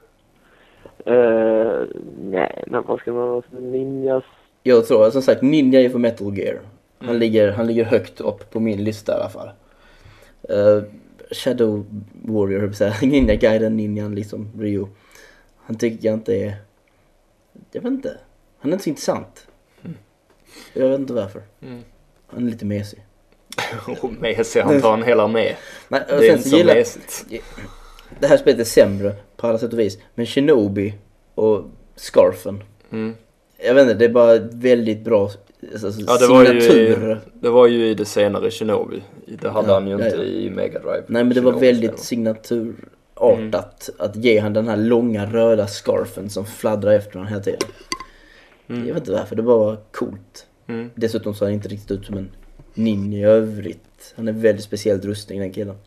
Nej, men vad ska man ha? Ninjas? Jag tror som sagt Ninja är för Metal Gear. Han ligger högt upp på min lista i alla fall. Shadow Warrior, Ninja Gaiden, Ninjan liksom Ryu. Han tycker jag inte är... Jag vet inte. Han är inte så intressant. Jag vet inte varför. Han är lite mesig. Och mesig, han tar en hela med. Nej, Det är sen inte så så mesigt. Det här spelet är sämre på alla sätt och vis. Men Shinobi och Scarfen. Jag vet inte, det är bara väldigt bra signatur. Det var ju i det senare Shinobi. Det hade han ju inte i Mega Drive. Nej, men det var väldigt signaturartat att ge han den här långa röda scarfen som fladdrar efter honom hela tiden. Jag vet inte varför, det var coolt. Dessutom så är han inte riktigt ut som en ninja i övrigt. Han är väldigt speciellt rustning, den killen.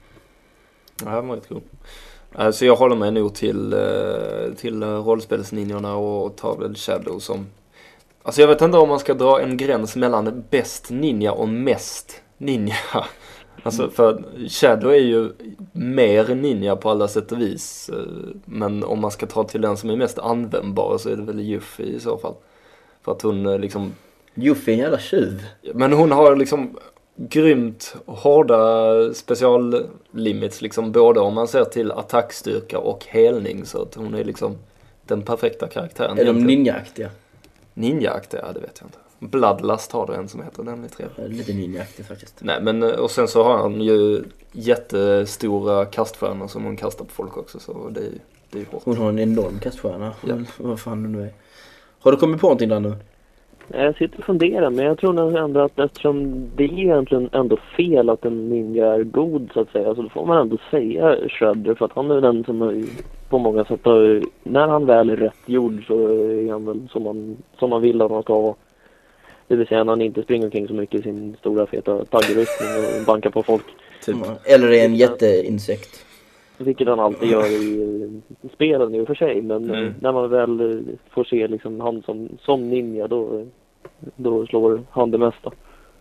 Ja, det var rätt cool. Så jag håller mig nog till rollspelsninjorna och tar väl Shadow som... Alltså jag vet inte om man ska dra en gräns mellan bäst ninja och mest ninja. Alltså för Shadow är ju mer ninja på alla sätt och vis. Men om man ska ta till den som är mest användbar så är det väl Yuffie i så fall. För att hon liksom... Yuffie är en jävla tjuv. Men hon har liksom grymt hårda speciallimits liksom, både om man ser till attackstyrka och helning, så att hon är liksom den perfekta karaktären. Är de ninjaaktiga? Ninjaaktiga, det vet jag inte. Bloodlust har det en som heter, den är trevlig. Lite ninjaaktig faktiskt. Nej, men och sen så har han ju jättestora kaststjärnor som hon kastar på folk också, så det är ju hårt. Hon har en enorm kaststjärna. Ja. Vad fan det nu är. Har du kommit på någonting där nu? Jag sitter och funderar, men jag tror nog ändå att eftersom det är egentligen ändå fel att en ninja är god så att säga, så då får man ändå säga Shredder, för att han är den som är, på många sätt har, när han väl är rätt gjord så är han väl som man vill att han ska vara. Det vill säga när han inte springer omkring så mycket i sin stora feta taggrustning och bankar på folk. Typ. Eller är en jätteinsekt. Vilket han alltid gör i spelen i och för sig, men när man väl får se liksom han som ninja, då slår han det mesta.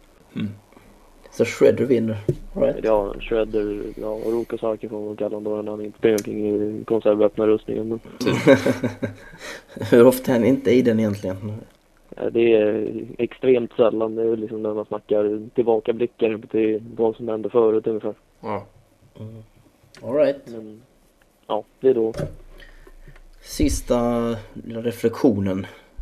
Så Shredder vinner, right? Ja, Shredder, och Rokosaki får man kalla honom då när han inte springer omkring i konservöppna rustningen. Men... Hur ofta är han inte i den egentligen? Ja, det är extremt sällan. Det är liksom när man snackar tillbakablickar till vad som hände förut ungefär. Ja. All right. Men, ja, det är då. Sista reflektionen.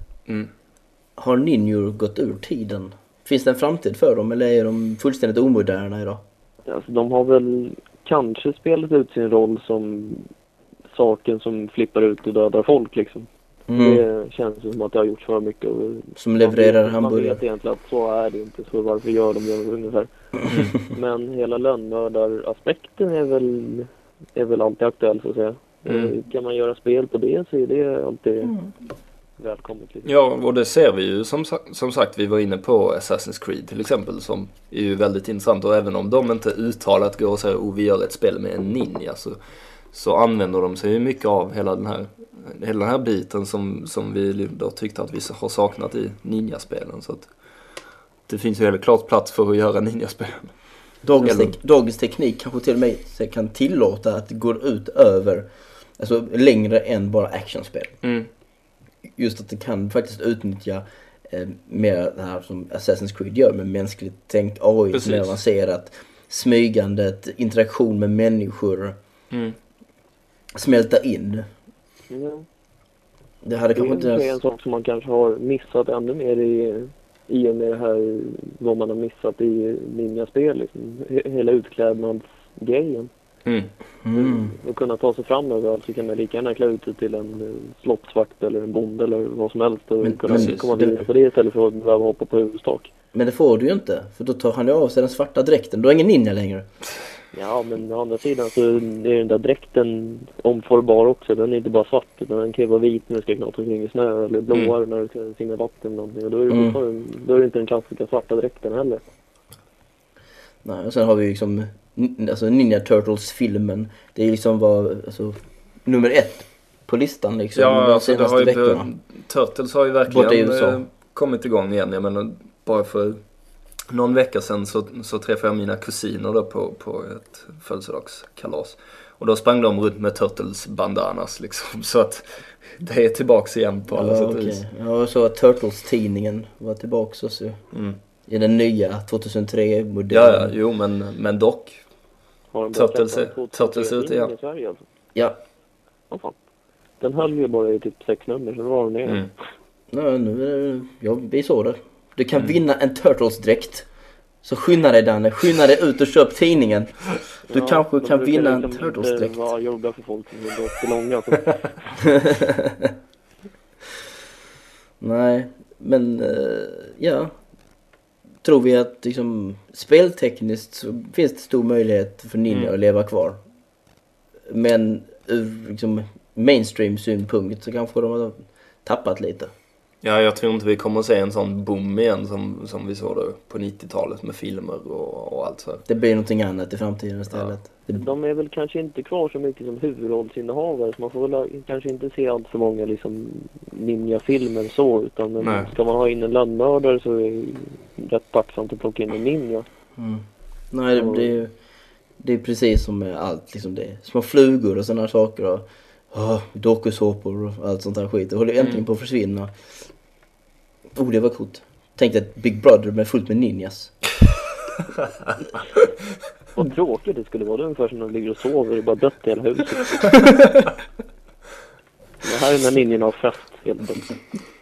Har ninjor gått ur tiden? Finns det en framtid för dem, eller är de fullständigt omoderna idag? Alltså, de har väl kanske spelat ut sin roll som saken som flippar ut och dödar folk liksom. Det känns som att det har gjorts för mycket. Som levererar man hamburgare. vet egentligen att så är det inte, så varför gör de det ungefär. Men hela lönnmördaraspekten är väl alltid aktuell så att säga. Kan man göra spel på det så är det alltid välkommet. Liksom. Ja, och det ser vi ju som sagt, vi var inne på Assassin's Creed till exempel, som är ju väldigt intressant, och även om de inte uttalat går och säger vi gör ett spel med en ninja, så använder de sig ju mycket av hela den här biten som vi då tyckte att vi har saknat i ninjaspelen, så att det finns ju helt klart plats för att göra ninjaspel. Dagens teknik kanske till och med kan tillåta att det går ut över, alltså längre än bara actionspel. Just att det kan faktiskt utnyttja mer det här som Assassin's Creed gör med mänskligt tänkt AI, som är avancerat, smygandet, interaktion med människor, smälta in. Det hade kanske inte... Det är en sak som man kanske har missat ännu mer i och med det här, vad man har missat i ninjaspel liksom. Hela utklädnadsgrejen. Och kunna ta sig fram överallt, så kan man lika gärna klä ut sig till en slottsvakt eller en bonde eller vad som helst och kunna komma vidare på det istället för att behöva hoppa på hustak. Men det får du ju inte, för då tar han ju av sig den svarta dräkten. Du är ingen ninja längre. Ja, men å andra sidan så är den där dräkten omformbar också. Den är inte bara svart, utan den kan vara vit när du ska knata omkring i snö, eller blåare när du ska simma vatten eller någonting. Och då är det inte den klassiska svarta dräkten heller. Nej, och sen har vi liksom alltså Ninja Turtles-filmen. Det är liksom nummer 1 på listan liksom. Ja, alltså det har ju Turtles har ju verkligen kommit igång igen. Jag menar, bara för någon vecka sedan så träffade jag mina kusiner då på ett födelsedagskalas. Och då sprang de runt med Turtles bandanas liksom. Så att det är tillbaks igen på alla sätt och vis. Ja, och så att Turtles-tidningen var tillbaks också. I den nya 2003-modellen. Ja, jo, men dock. Turtles ut igen. I Sverige, alltså? Ja. Fan. Den höll ju bara i typ 6 nummer, så var den ner. Mm. Ja, vi såg det. Du kan vinna en Turtles-dräkt. Så skynda dig, Danne. Skynda dig ut och köp tidningen. Du kanske kan vinna en Turtles-dräkt. Det var jobba för folk som är för långa. Så. Nej, men ja. Tror vi att liksom, speltekniskt så finns det stor möjlighet för Ninja att leva kvar. Men ur liksom, mainstream-synpunkt så kanske de har tappat lite. Ja, jag tror inte vi kommer att se en sån boom igen som vi såg då på 90-talet med filmer och allt så. Det blir någonting annat i framtiden istället. Ja. De är väl kanske inte kvar så mycket som huvudrollsinnehavare, så man får väl kanske inte se allt för många liksom ninja-filmer så, utan ska man ha in en lönnmördare så är det rätt tacksamt att plocka in en ninja. Mm. Nej, det är precis som med allt liksom, det är små flugor och sådana saker och dokusåpor och allt sånt här skit. Det håller äntligen på att försvinna. Det var coolt. Tänkte att Big Brother med fullt med ninjas. Vad tråkigt det skulle vara, det är ungefär som de ligger och sover och bara dött i hela huset. Det här är när ninjorna har fest helt plötsligt.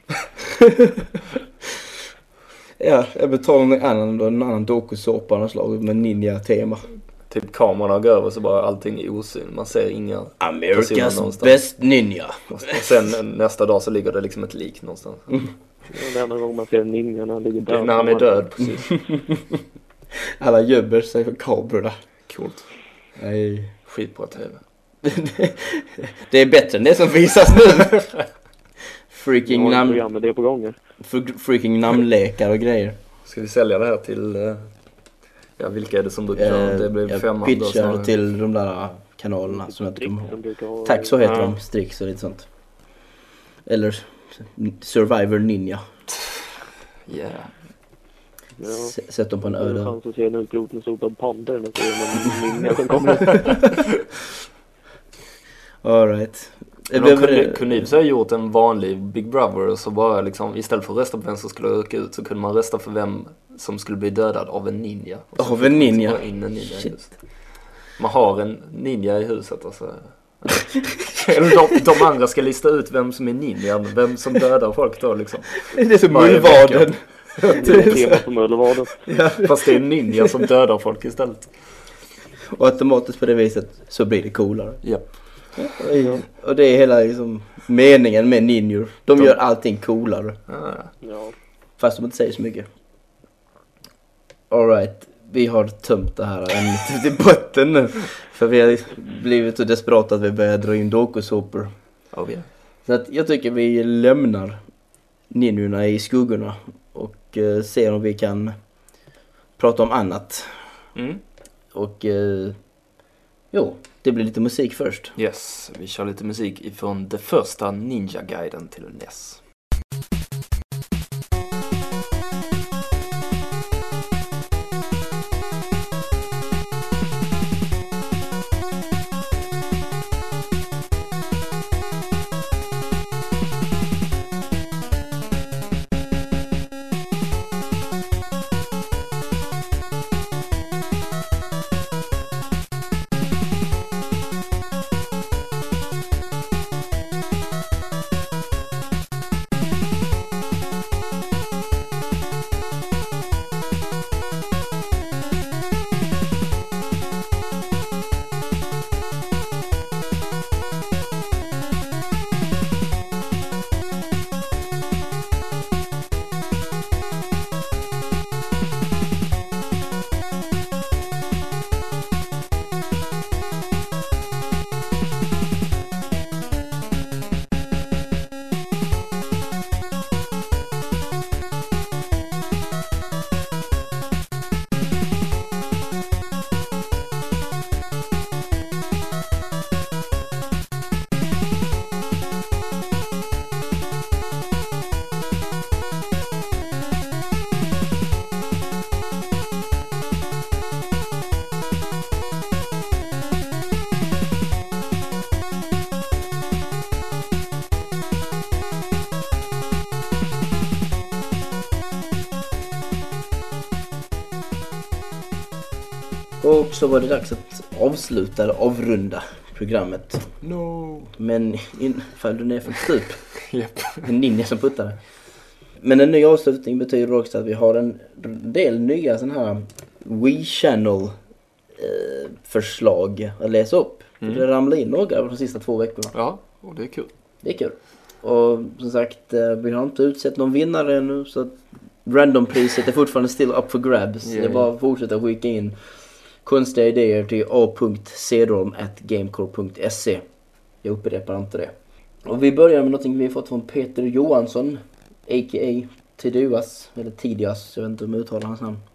Ja, jag betalar en annan dokusåpa av slag med ninja-tema. Typ kamerorna går över så bara allting är osyn. Man ser inga America's best ninja. Och sen nästa dag så ligger det liksom ett lik någonstans. Den enda gången man ser en ninja när han ligger död. När han är död, precis. Alla gömmer sig för kamerorna. Coolt. Nej. Skitbra tv. Det är bättre än det som visas nu. Freaking det är på gånger. Freaking namnlekar och grejer. Ska vi sälja det här till vilka är det som brukar köra? Det blir 500 pitchar till de där kanalerna som jag inte kommer ihåg. Tack så heter de, Strix och lite sånt. Eller Survivor Ninja. Yeah. Ja. Sätt dem på en öde. Det är chans att se en utrotningshotad pandor när det är en ninja som kommer. All right. De kunde ju ha gjort en vanlig Big Brother och så bara liksom, istället för att rösta på vem som skulle röka ut så kunde man rösta för vem som skulle bli dödad av en ninja. Av en ninja? In en ninja i huset. Man har en ninja i huset alltså. Eller de andra ska lista ut vem som är ninjan, vem som dödar folk då liksom. Det är som mullvaden. Det är tema på mullvaden. Ja. Fast det är en ninja som dödar folk istället. Och automatiskt på det viset så blir det coolare. Ja. Och det är hela liksom, meningen med ninjor. De gör allting coolare. Ja. Fast de inte säger så mycket. All right. Vi har tömt det här ämnet till botten nu. För vi har blivit så desperata att vi börjar dra in dokusåpor. Oh, yeah. Så att jag tycker vi lämnar ninjorna i skuggorna. Och ser om vi kan prata om annat. Och det blir lite musik först. Yes, vi kör lite musik ifrån det första Ninja-guiden till NES. Och så var det dags att avsluta eller avrunda programmet. No. Men föll du ner för stup. Japp. En ninja som puttade. Men en ny avslutning betyder också att vi har en del nya sån här Wii Channel förslag att läsa upp. Mm. Det ramlar in några av de sista 2 veckorna. Ja, och det är kul. Det är kul. Och som sagt, vi har inte utsett någon vinnare ännu, så randompriset är fortfarande still up for grabs. Yeah. Det är bara att fortsätta skicka in konstiga idéer till a.cedholm@gamecore.se. Jag upprepar inte det. Och vi börjar med någonting vi har fått från Peter Johansson, a.k.a. Tiduas, eller Tidias, jag vet inte om jag uttalar hans namn.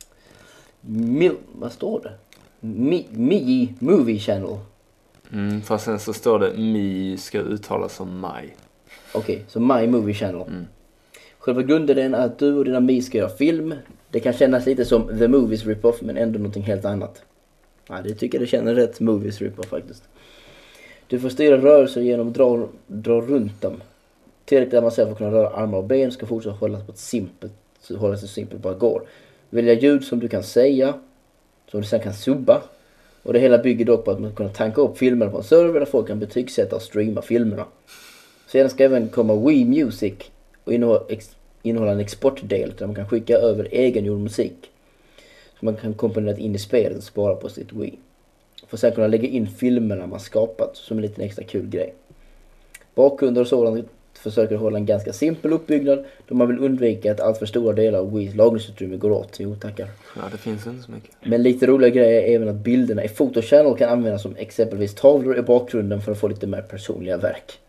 Vad står det? Mi Movie Channel. Fast sen så står det Mi ska uttalas som Maj. Okej, så My Movie Channel. Själva grunden är att du och dina Mi ska göra film. Det kan kännas lite som The Movies Rip-Off, men ändå någonting helt annat. Ja, det tycker jag det känner rätt Movies Rip-Off faktiskt. Du får styra rörelser genom att dra runt dem. Tillräckligt att man för att kunna röra armar och ben ska fortsätta hålla sig simpelt bara går. Välja ljud som du kan säga, som du sen kan subba. Och det hela bygger dock på att man kan tanka upp filmerna på en server där folk kan betygsätta och streama filmerna. Sedan ska även komma Wii Music och innehålla en exportdel där man kan skicka över egengjord musik. Så man kan komponera in i spelet och spara på sitt Wii. För sen kunna lägga in filmerna man skapat som en liten extra kul grej. Bakgrunder och sådant försöker hålla en ganska simpel uppbyggnad då man vill undvika att allt för stora delar av Wiis lagringsutrymme går åt. Jo, tackar. Ja, det finns inte så mycket. Men lite roliga grejer är även att bilderna i Photo Channel kan användas som exempelvis tavlor i bakgrunden för att få lite mer personliga verk.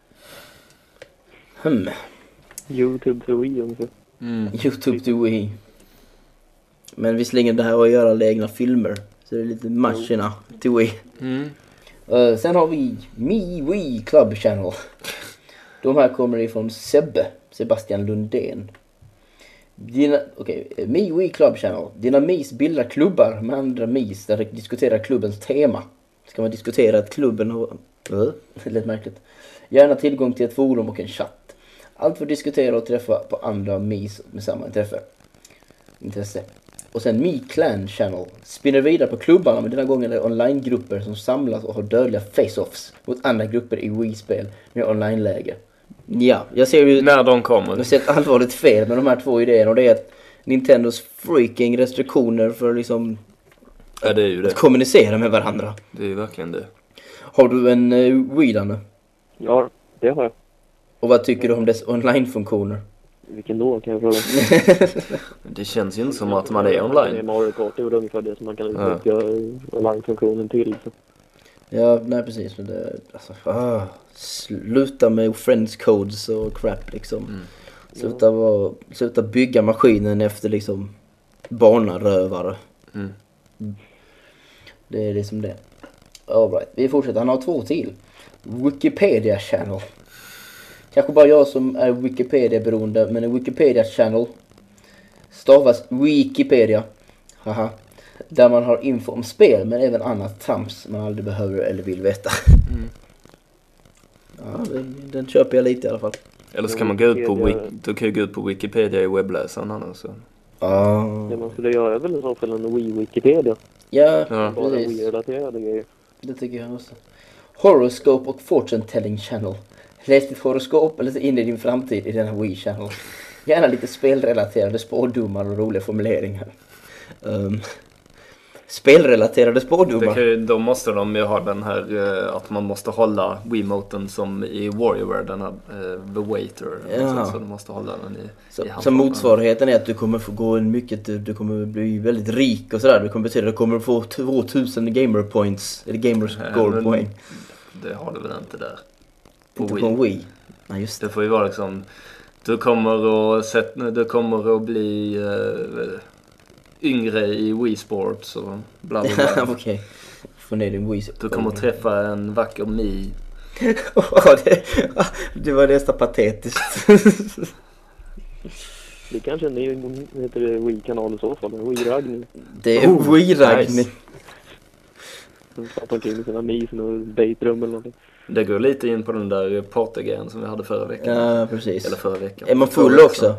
YouTube till Wii ungefär. YouTube till Wii. Men visserligen det här var att göra egna filmer. Så det är lite matcherna till Wii. Sen har vi Mi Wii Club Channel. De här kommer ifrån Sebastian Lundén. Mi Wii Club Channel. Dina Mis bildar klubbar med andra Mis där de diskuterar klubbens tema. Ska man diskutera att klubben har... Det lät märkligt. Gärna tillgång till ett forum och en chatt. Allt för att diskutera och träffa på andra Mis med samma intresse. Och sen Mi Clan Channel. Spinner vidare på klubbarna, men denna gången är det online-grupper som samlas och har dödliga face-offs mot andra grupper i Wii-spel med online-läge. Ja, jag ser ju... När de kommer. Jag ser ett allvarligt fel med de här 2 idéerna, och det är att Nintendos freaking restriktioner för liksom... Ja, det är ju det. Att kommunicera med varandra. Det är ju verkligen det. Har du en Wii, Danne? Ja, det har jag. Och vad tycker du om dess online-funktioner? Vilken då, kan jag fråga? Det känns ju inte som att man är online. Med Mario Kart är väl ungefär det som man kan utnyttja online-funktionen till. Så. Ja, nej precis. Men det, alltså, sluta med friends codes och crap liksom. Sluta bygga maskinen efter liksom barnarövare. Det är liksom det. All right, vi fortsätter. Han har 2 till. Wikipedia Channel. Kanske bara jag som är Wikipedia-beroende, men en Wikipedia Channel stavas Wikipedia. Haha. Där man har info om spel, men även annat trams man aldrig behöver eller vill veta. Ja, den köper jag lite i alla fall. Eller ska man gå ut på du kan ju gå ut på Wikipedia i webbläsaren annars. Så. Det man skulle göra är väl i så fall en Wii-Wikipedia. Ja, Bara precis. Wii-relaterade grejer. Det tycker jag också. Horoscope och Fortune Telling Channel. Läs ditt horoskop eller se in i din framtid i denna Wii Channel. Gärna lite spelrelaterade spårdomar och roliga formuleringar. Spelrelaterade spårdomar. Då måste de ju ha den här att man måste hålla Wiimoten som i WarioWare, den här The Waiter. Ja. Så de måste hålla den i handen. Så motsvarigheten är att du kommer få gå du kommer bli väldigt rik och sådär. Det kommer betyda att du kommer få 2000 gamer points eller gamer score poäng. Det har du väl inte där. Inte på en Wii. Nej, just det. Det får ju vara liksom du kommer att bli yngre i Wii Sports och bla bla bla. Okej. Få ner din Wii. Du kommer att träffa en vacker Mi. Det var nästan patetiskt. Det kanske är en Wii-kanal i så fall. En Wii-raggning. Det är Wii-raggning. Nice. Som satt omkring med sina mis och dejtrum eller någonting. Det går lite in på den där partygrejen som vi hade förra veckan. Ja, precis. Eller förra veckan. Är man full också?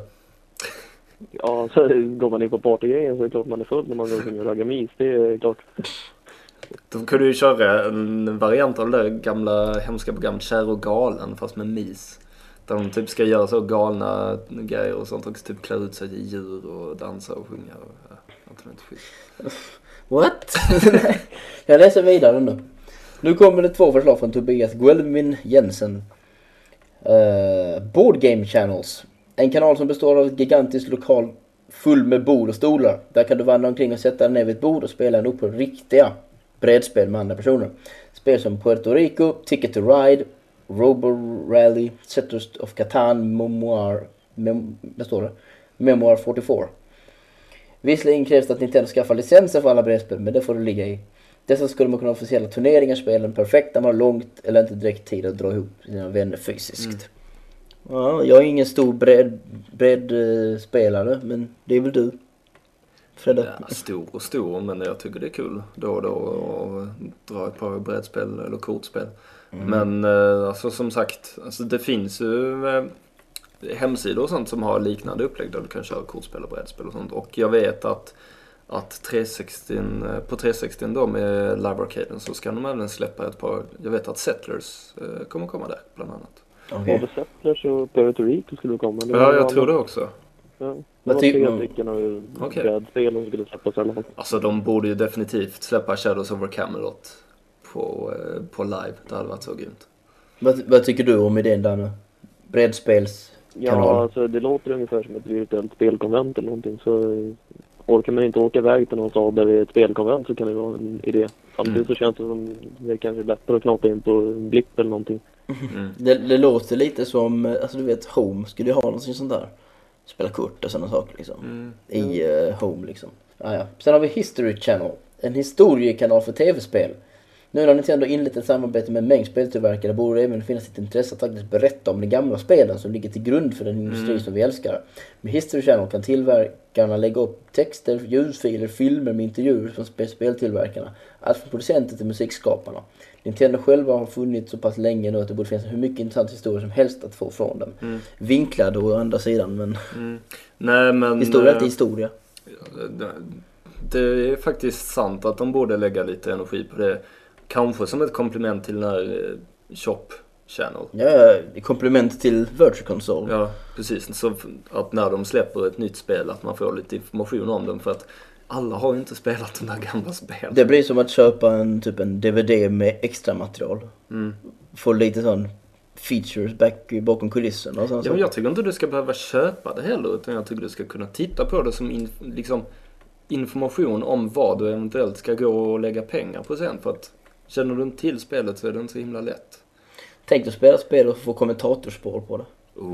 Ja, så går man in på partygrejen så är det klart man är full när man går omkring och raggar mis. Det är klart. Då kunde du ju köra en variant av det där gamla hemska programmet Kär och galen fast med mis. Där de typ ska göra så galna grejer och sånt och typ klä ut sig till djur och dansa och sjunga. Och, inte skit. What? Jag läser vidare nu. Nu kommer det 2 förslag från Tobias Guelmin Jensen. Board Game Channels. En kanal som består av ett gigantiskt lokal full med bord och stolar. Där kan du vandra omkring och sätta dig ner vid ett bord och spela en upp på riktiga brädspel med andra personer. Spel som Puerto Rico, Ticket to Ride, Robo Rally, Settlers of Catan, Memoir 44. Visserligen krävs det att Nintendo skaffar licenser för alla brädspel, men det får det ligga i. Dessa skulle man kunna officiella turneringar spelen perfekt när man har långt eller inte direkt tid att dra ihop sina vänner fysiskt. Ja, jag är ingen stor brädspelare, men det är väl du, Fredde? Ja, stor, men jag tycker det är kul då och då att dra ett par brädspel eller kortspel. Men alltså, som sagt, alltså, det finns ju hemsidor och sånt som har liknande upplägg där du kan köra kortspel och brädspel och sånt. Och jag vet att på 360 då med Live Arcaden så ska de även släppa ett par, jag vet att Settlers kommer komma där bland annat. Okay. Både Settlers och Puerto Rico skulle komma. Ja, jag tror det också. Ja, det var 3 stycken av brädspel som skulle släppas i alla fall. Alltså de borde ju definitivt släppa Shadows over Camelot på live. Det hade varit så grymt. Vad tycker du om idén där nu? Brädspelskanal? Ja, alltså det låter ungefär som ett virtuellt spelkonvent eller någonting. Så orkar man inte åka iväg till någon stad där det är ett spelkonvent så kan det vara en idé. Samtidigt så känns det som det är kanske lättare att knata in på en blipp eller någonting. Det låter lite som, alltså du vet, Home skulle ju ha någonting sånt där. Spela kort och sådana saker liksom. I Home liksom. Ja. Sen har vi History Channel. En historiekanal för tv-spel. Nu när Nintendo inlett ett samarbete med en mängd speltillverkare borde det även finnas ett intresse att faktiskt berätta om de gamla spelen som ligger till grund för den industri som vi älskar. Med History Channel kan tillverkarna lägga upp texter, ljudfiler, filmer med intervjuer från speltillverkarna. Allt från producenter till musikskaparna. Nintendo själva har funnits så pass länge nu att det borde finnas hur mycket intressant historia som helst att få från dem. Vinklad å andra sidan, men, Nej, men historia är inte historia. Det är faktiskt sant att de borde lägga lite energi på det. Kanske som ett komplement till den här Shop Channel. Ja, komplement till Virtual Console. Ja, precis. Så att när de släpper ett nytt spel att man får lite information om dem. För att alla har ju inte spelat de där gamla spelen. Det blir som att köpa en DVD med extra material. Få lite sån features bakom kulissen och sånt. Ja, men jag tycker inte du ska behöva köpa det heller. Utan jag tycker du ska kunna titta på det som information om vad du eventuellt ska gå och lägga pengar på sen. För att känner du inte till spelet så är det inte så himla lätt. Tänk att spela spel och få kommentatorspår på det.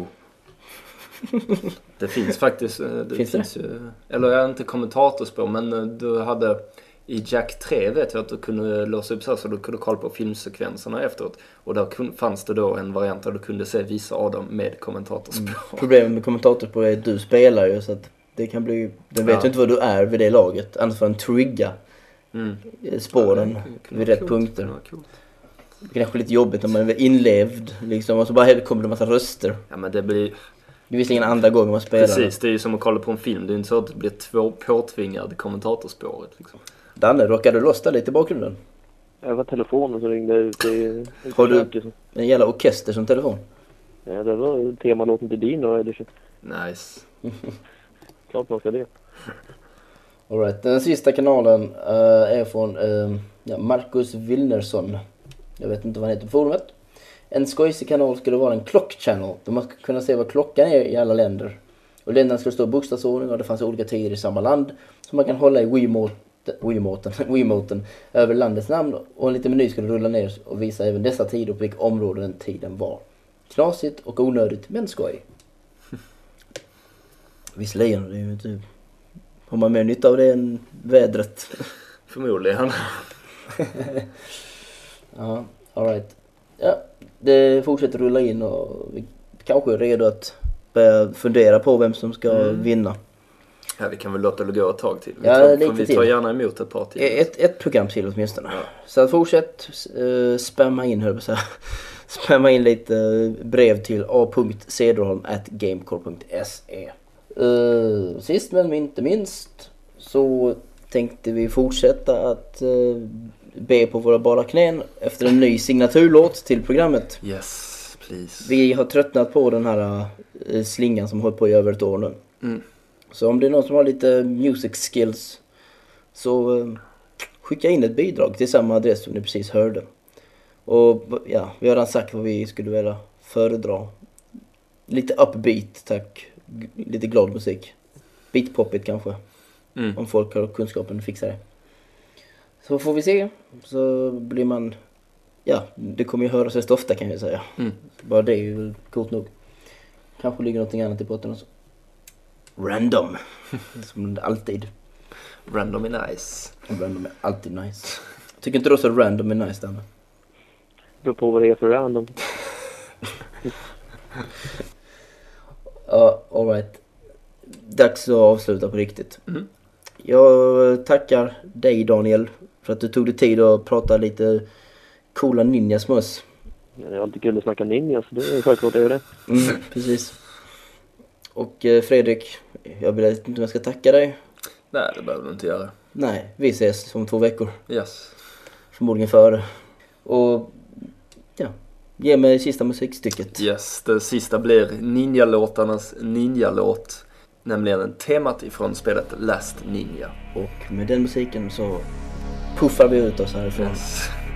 Det finns faktiskt. Finns ju, eller jag är inte kommentatorspår, men du hade i Jack 3 vet jag att du kunde låsa upp så du kunde kolla på filmsekvenserna efteråt. Och där fanns det då en variant där du kunde se vissa av dem med kommentatorspår. Problemet med kommentatorspår är att du spelar ju så att det kan bli. Den vet ju inte vad du är vid det laget. Annars får den trigga spåren vid rätt punkter. Det är kanske lite jobbigt när man är inlevd liksom, och så bara kommer det en massa röster. Ja, men det blir... Det visst ingen andra gången man spelar. Precis, det är ju som att kolla på en film. Det är inte så att det blir påtvingad kommentatorspåret liksom. Danne, råkade du loss där lite i bakgrunden? Jag var telefonen som ringde ut. Har du en jävla orkester som telefon? Ja, det var temalåten till din då. Nice. Klart man ska det. All right. Den sista kanalen är från Marcus Wilnersson. Jag vet inte vad han heter på forumet. En skojsig kanal skulle vara en clock-channel. Där man ska kunna se vad klockan är i alla länder. Och länderna skulle stå i bokstavsordning och det fanns olika tider i samma land. Så man kan hålla i Wiimoten över landets namn. Och en liten meny skulle rulla ner och visa även dessa tider och på vilka områden den tiden var. Knasigt och onödigt, men skoj. Visserligen, det är ju typ... Har man mer nytta av det än vädret? Förmodligen. Ja, all right. Ja, det fortsätter rulla in och vi kanske är redo att börja fundera på vem som ska vinna. Ja, vi kan väl låta det gå ett tag till. Vi tar gärna emot ett par till. Ett program till åtminstone. Ja. Så fortsätt spamma in, spamma in lite brev till a.cederholm@gamecore.se. Sist men inte minst så tänkte vi fortsätta att be på våra bara knän efter en ny signaturlåt till programmet. Yes, please. Vi har tröttnat på den här slingan som hållit på i över ett år nu. Så om det är någon som har lite music skills så skicka in ett bidrag till samma adress som ni precis hörde. Och ja, vi har redan sagt vad vi skulle vilja föredra. Lite upbeat, tack. Lite glad musik. Beatpoppigt kanske. Om folk har kunskapen att fixa det. Så får vi se. Så blir man... Ja, det kommer ju höras rätt ofta kan jag säga. Bara det är ju coolt nog. Kanske ligger någonting annat i botten också. Random. Som alltid. Random är nice. Random är alltid nice. Tycker inte du så random är nice, Danne? Det beror på vad det är för random. Ja, all right. Dags att avsluta på riktigt. Jag tackar dig, Daniel, för att du tog dig tid att prata lite coola ninjas med oss. Det är alltid kul att snacka ninjas, det är självklart det är det. Precis. Och Fredrik, jag vet inte om jag ska tacka dig. Nej, det behöver du inte göra. Nej, vi ses om 2 veckor. Yes. Förmodligen före. Och ja, ge mig sista musikstycket. Yes, det sista blir Ninja-låtarnas Ninja-låt. Nämligen temat ifrån spelet Last Ninja. Och med den musiken så puffar vi ut oss härifrån. Yes.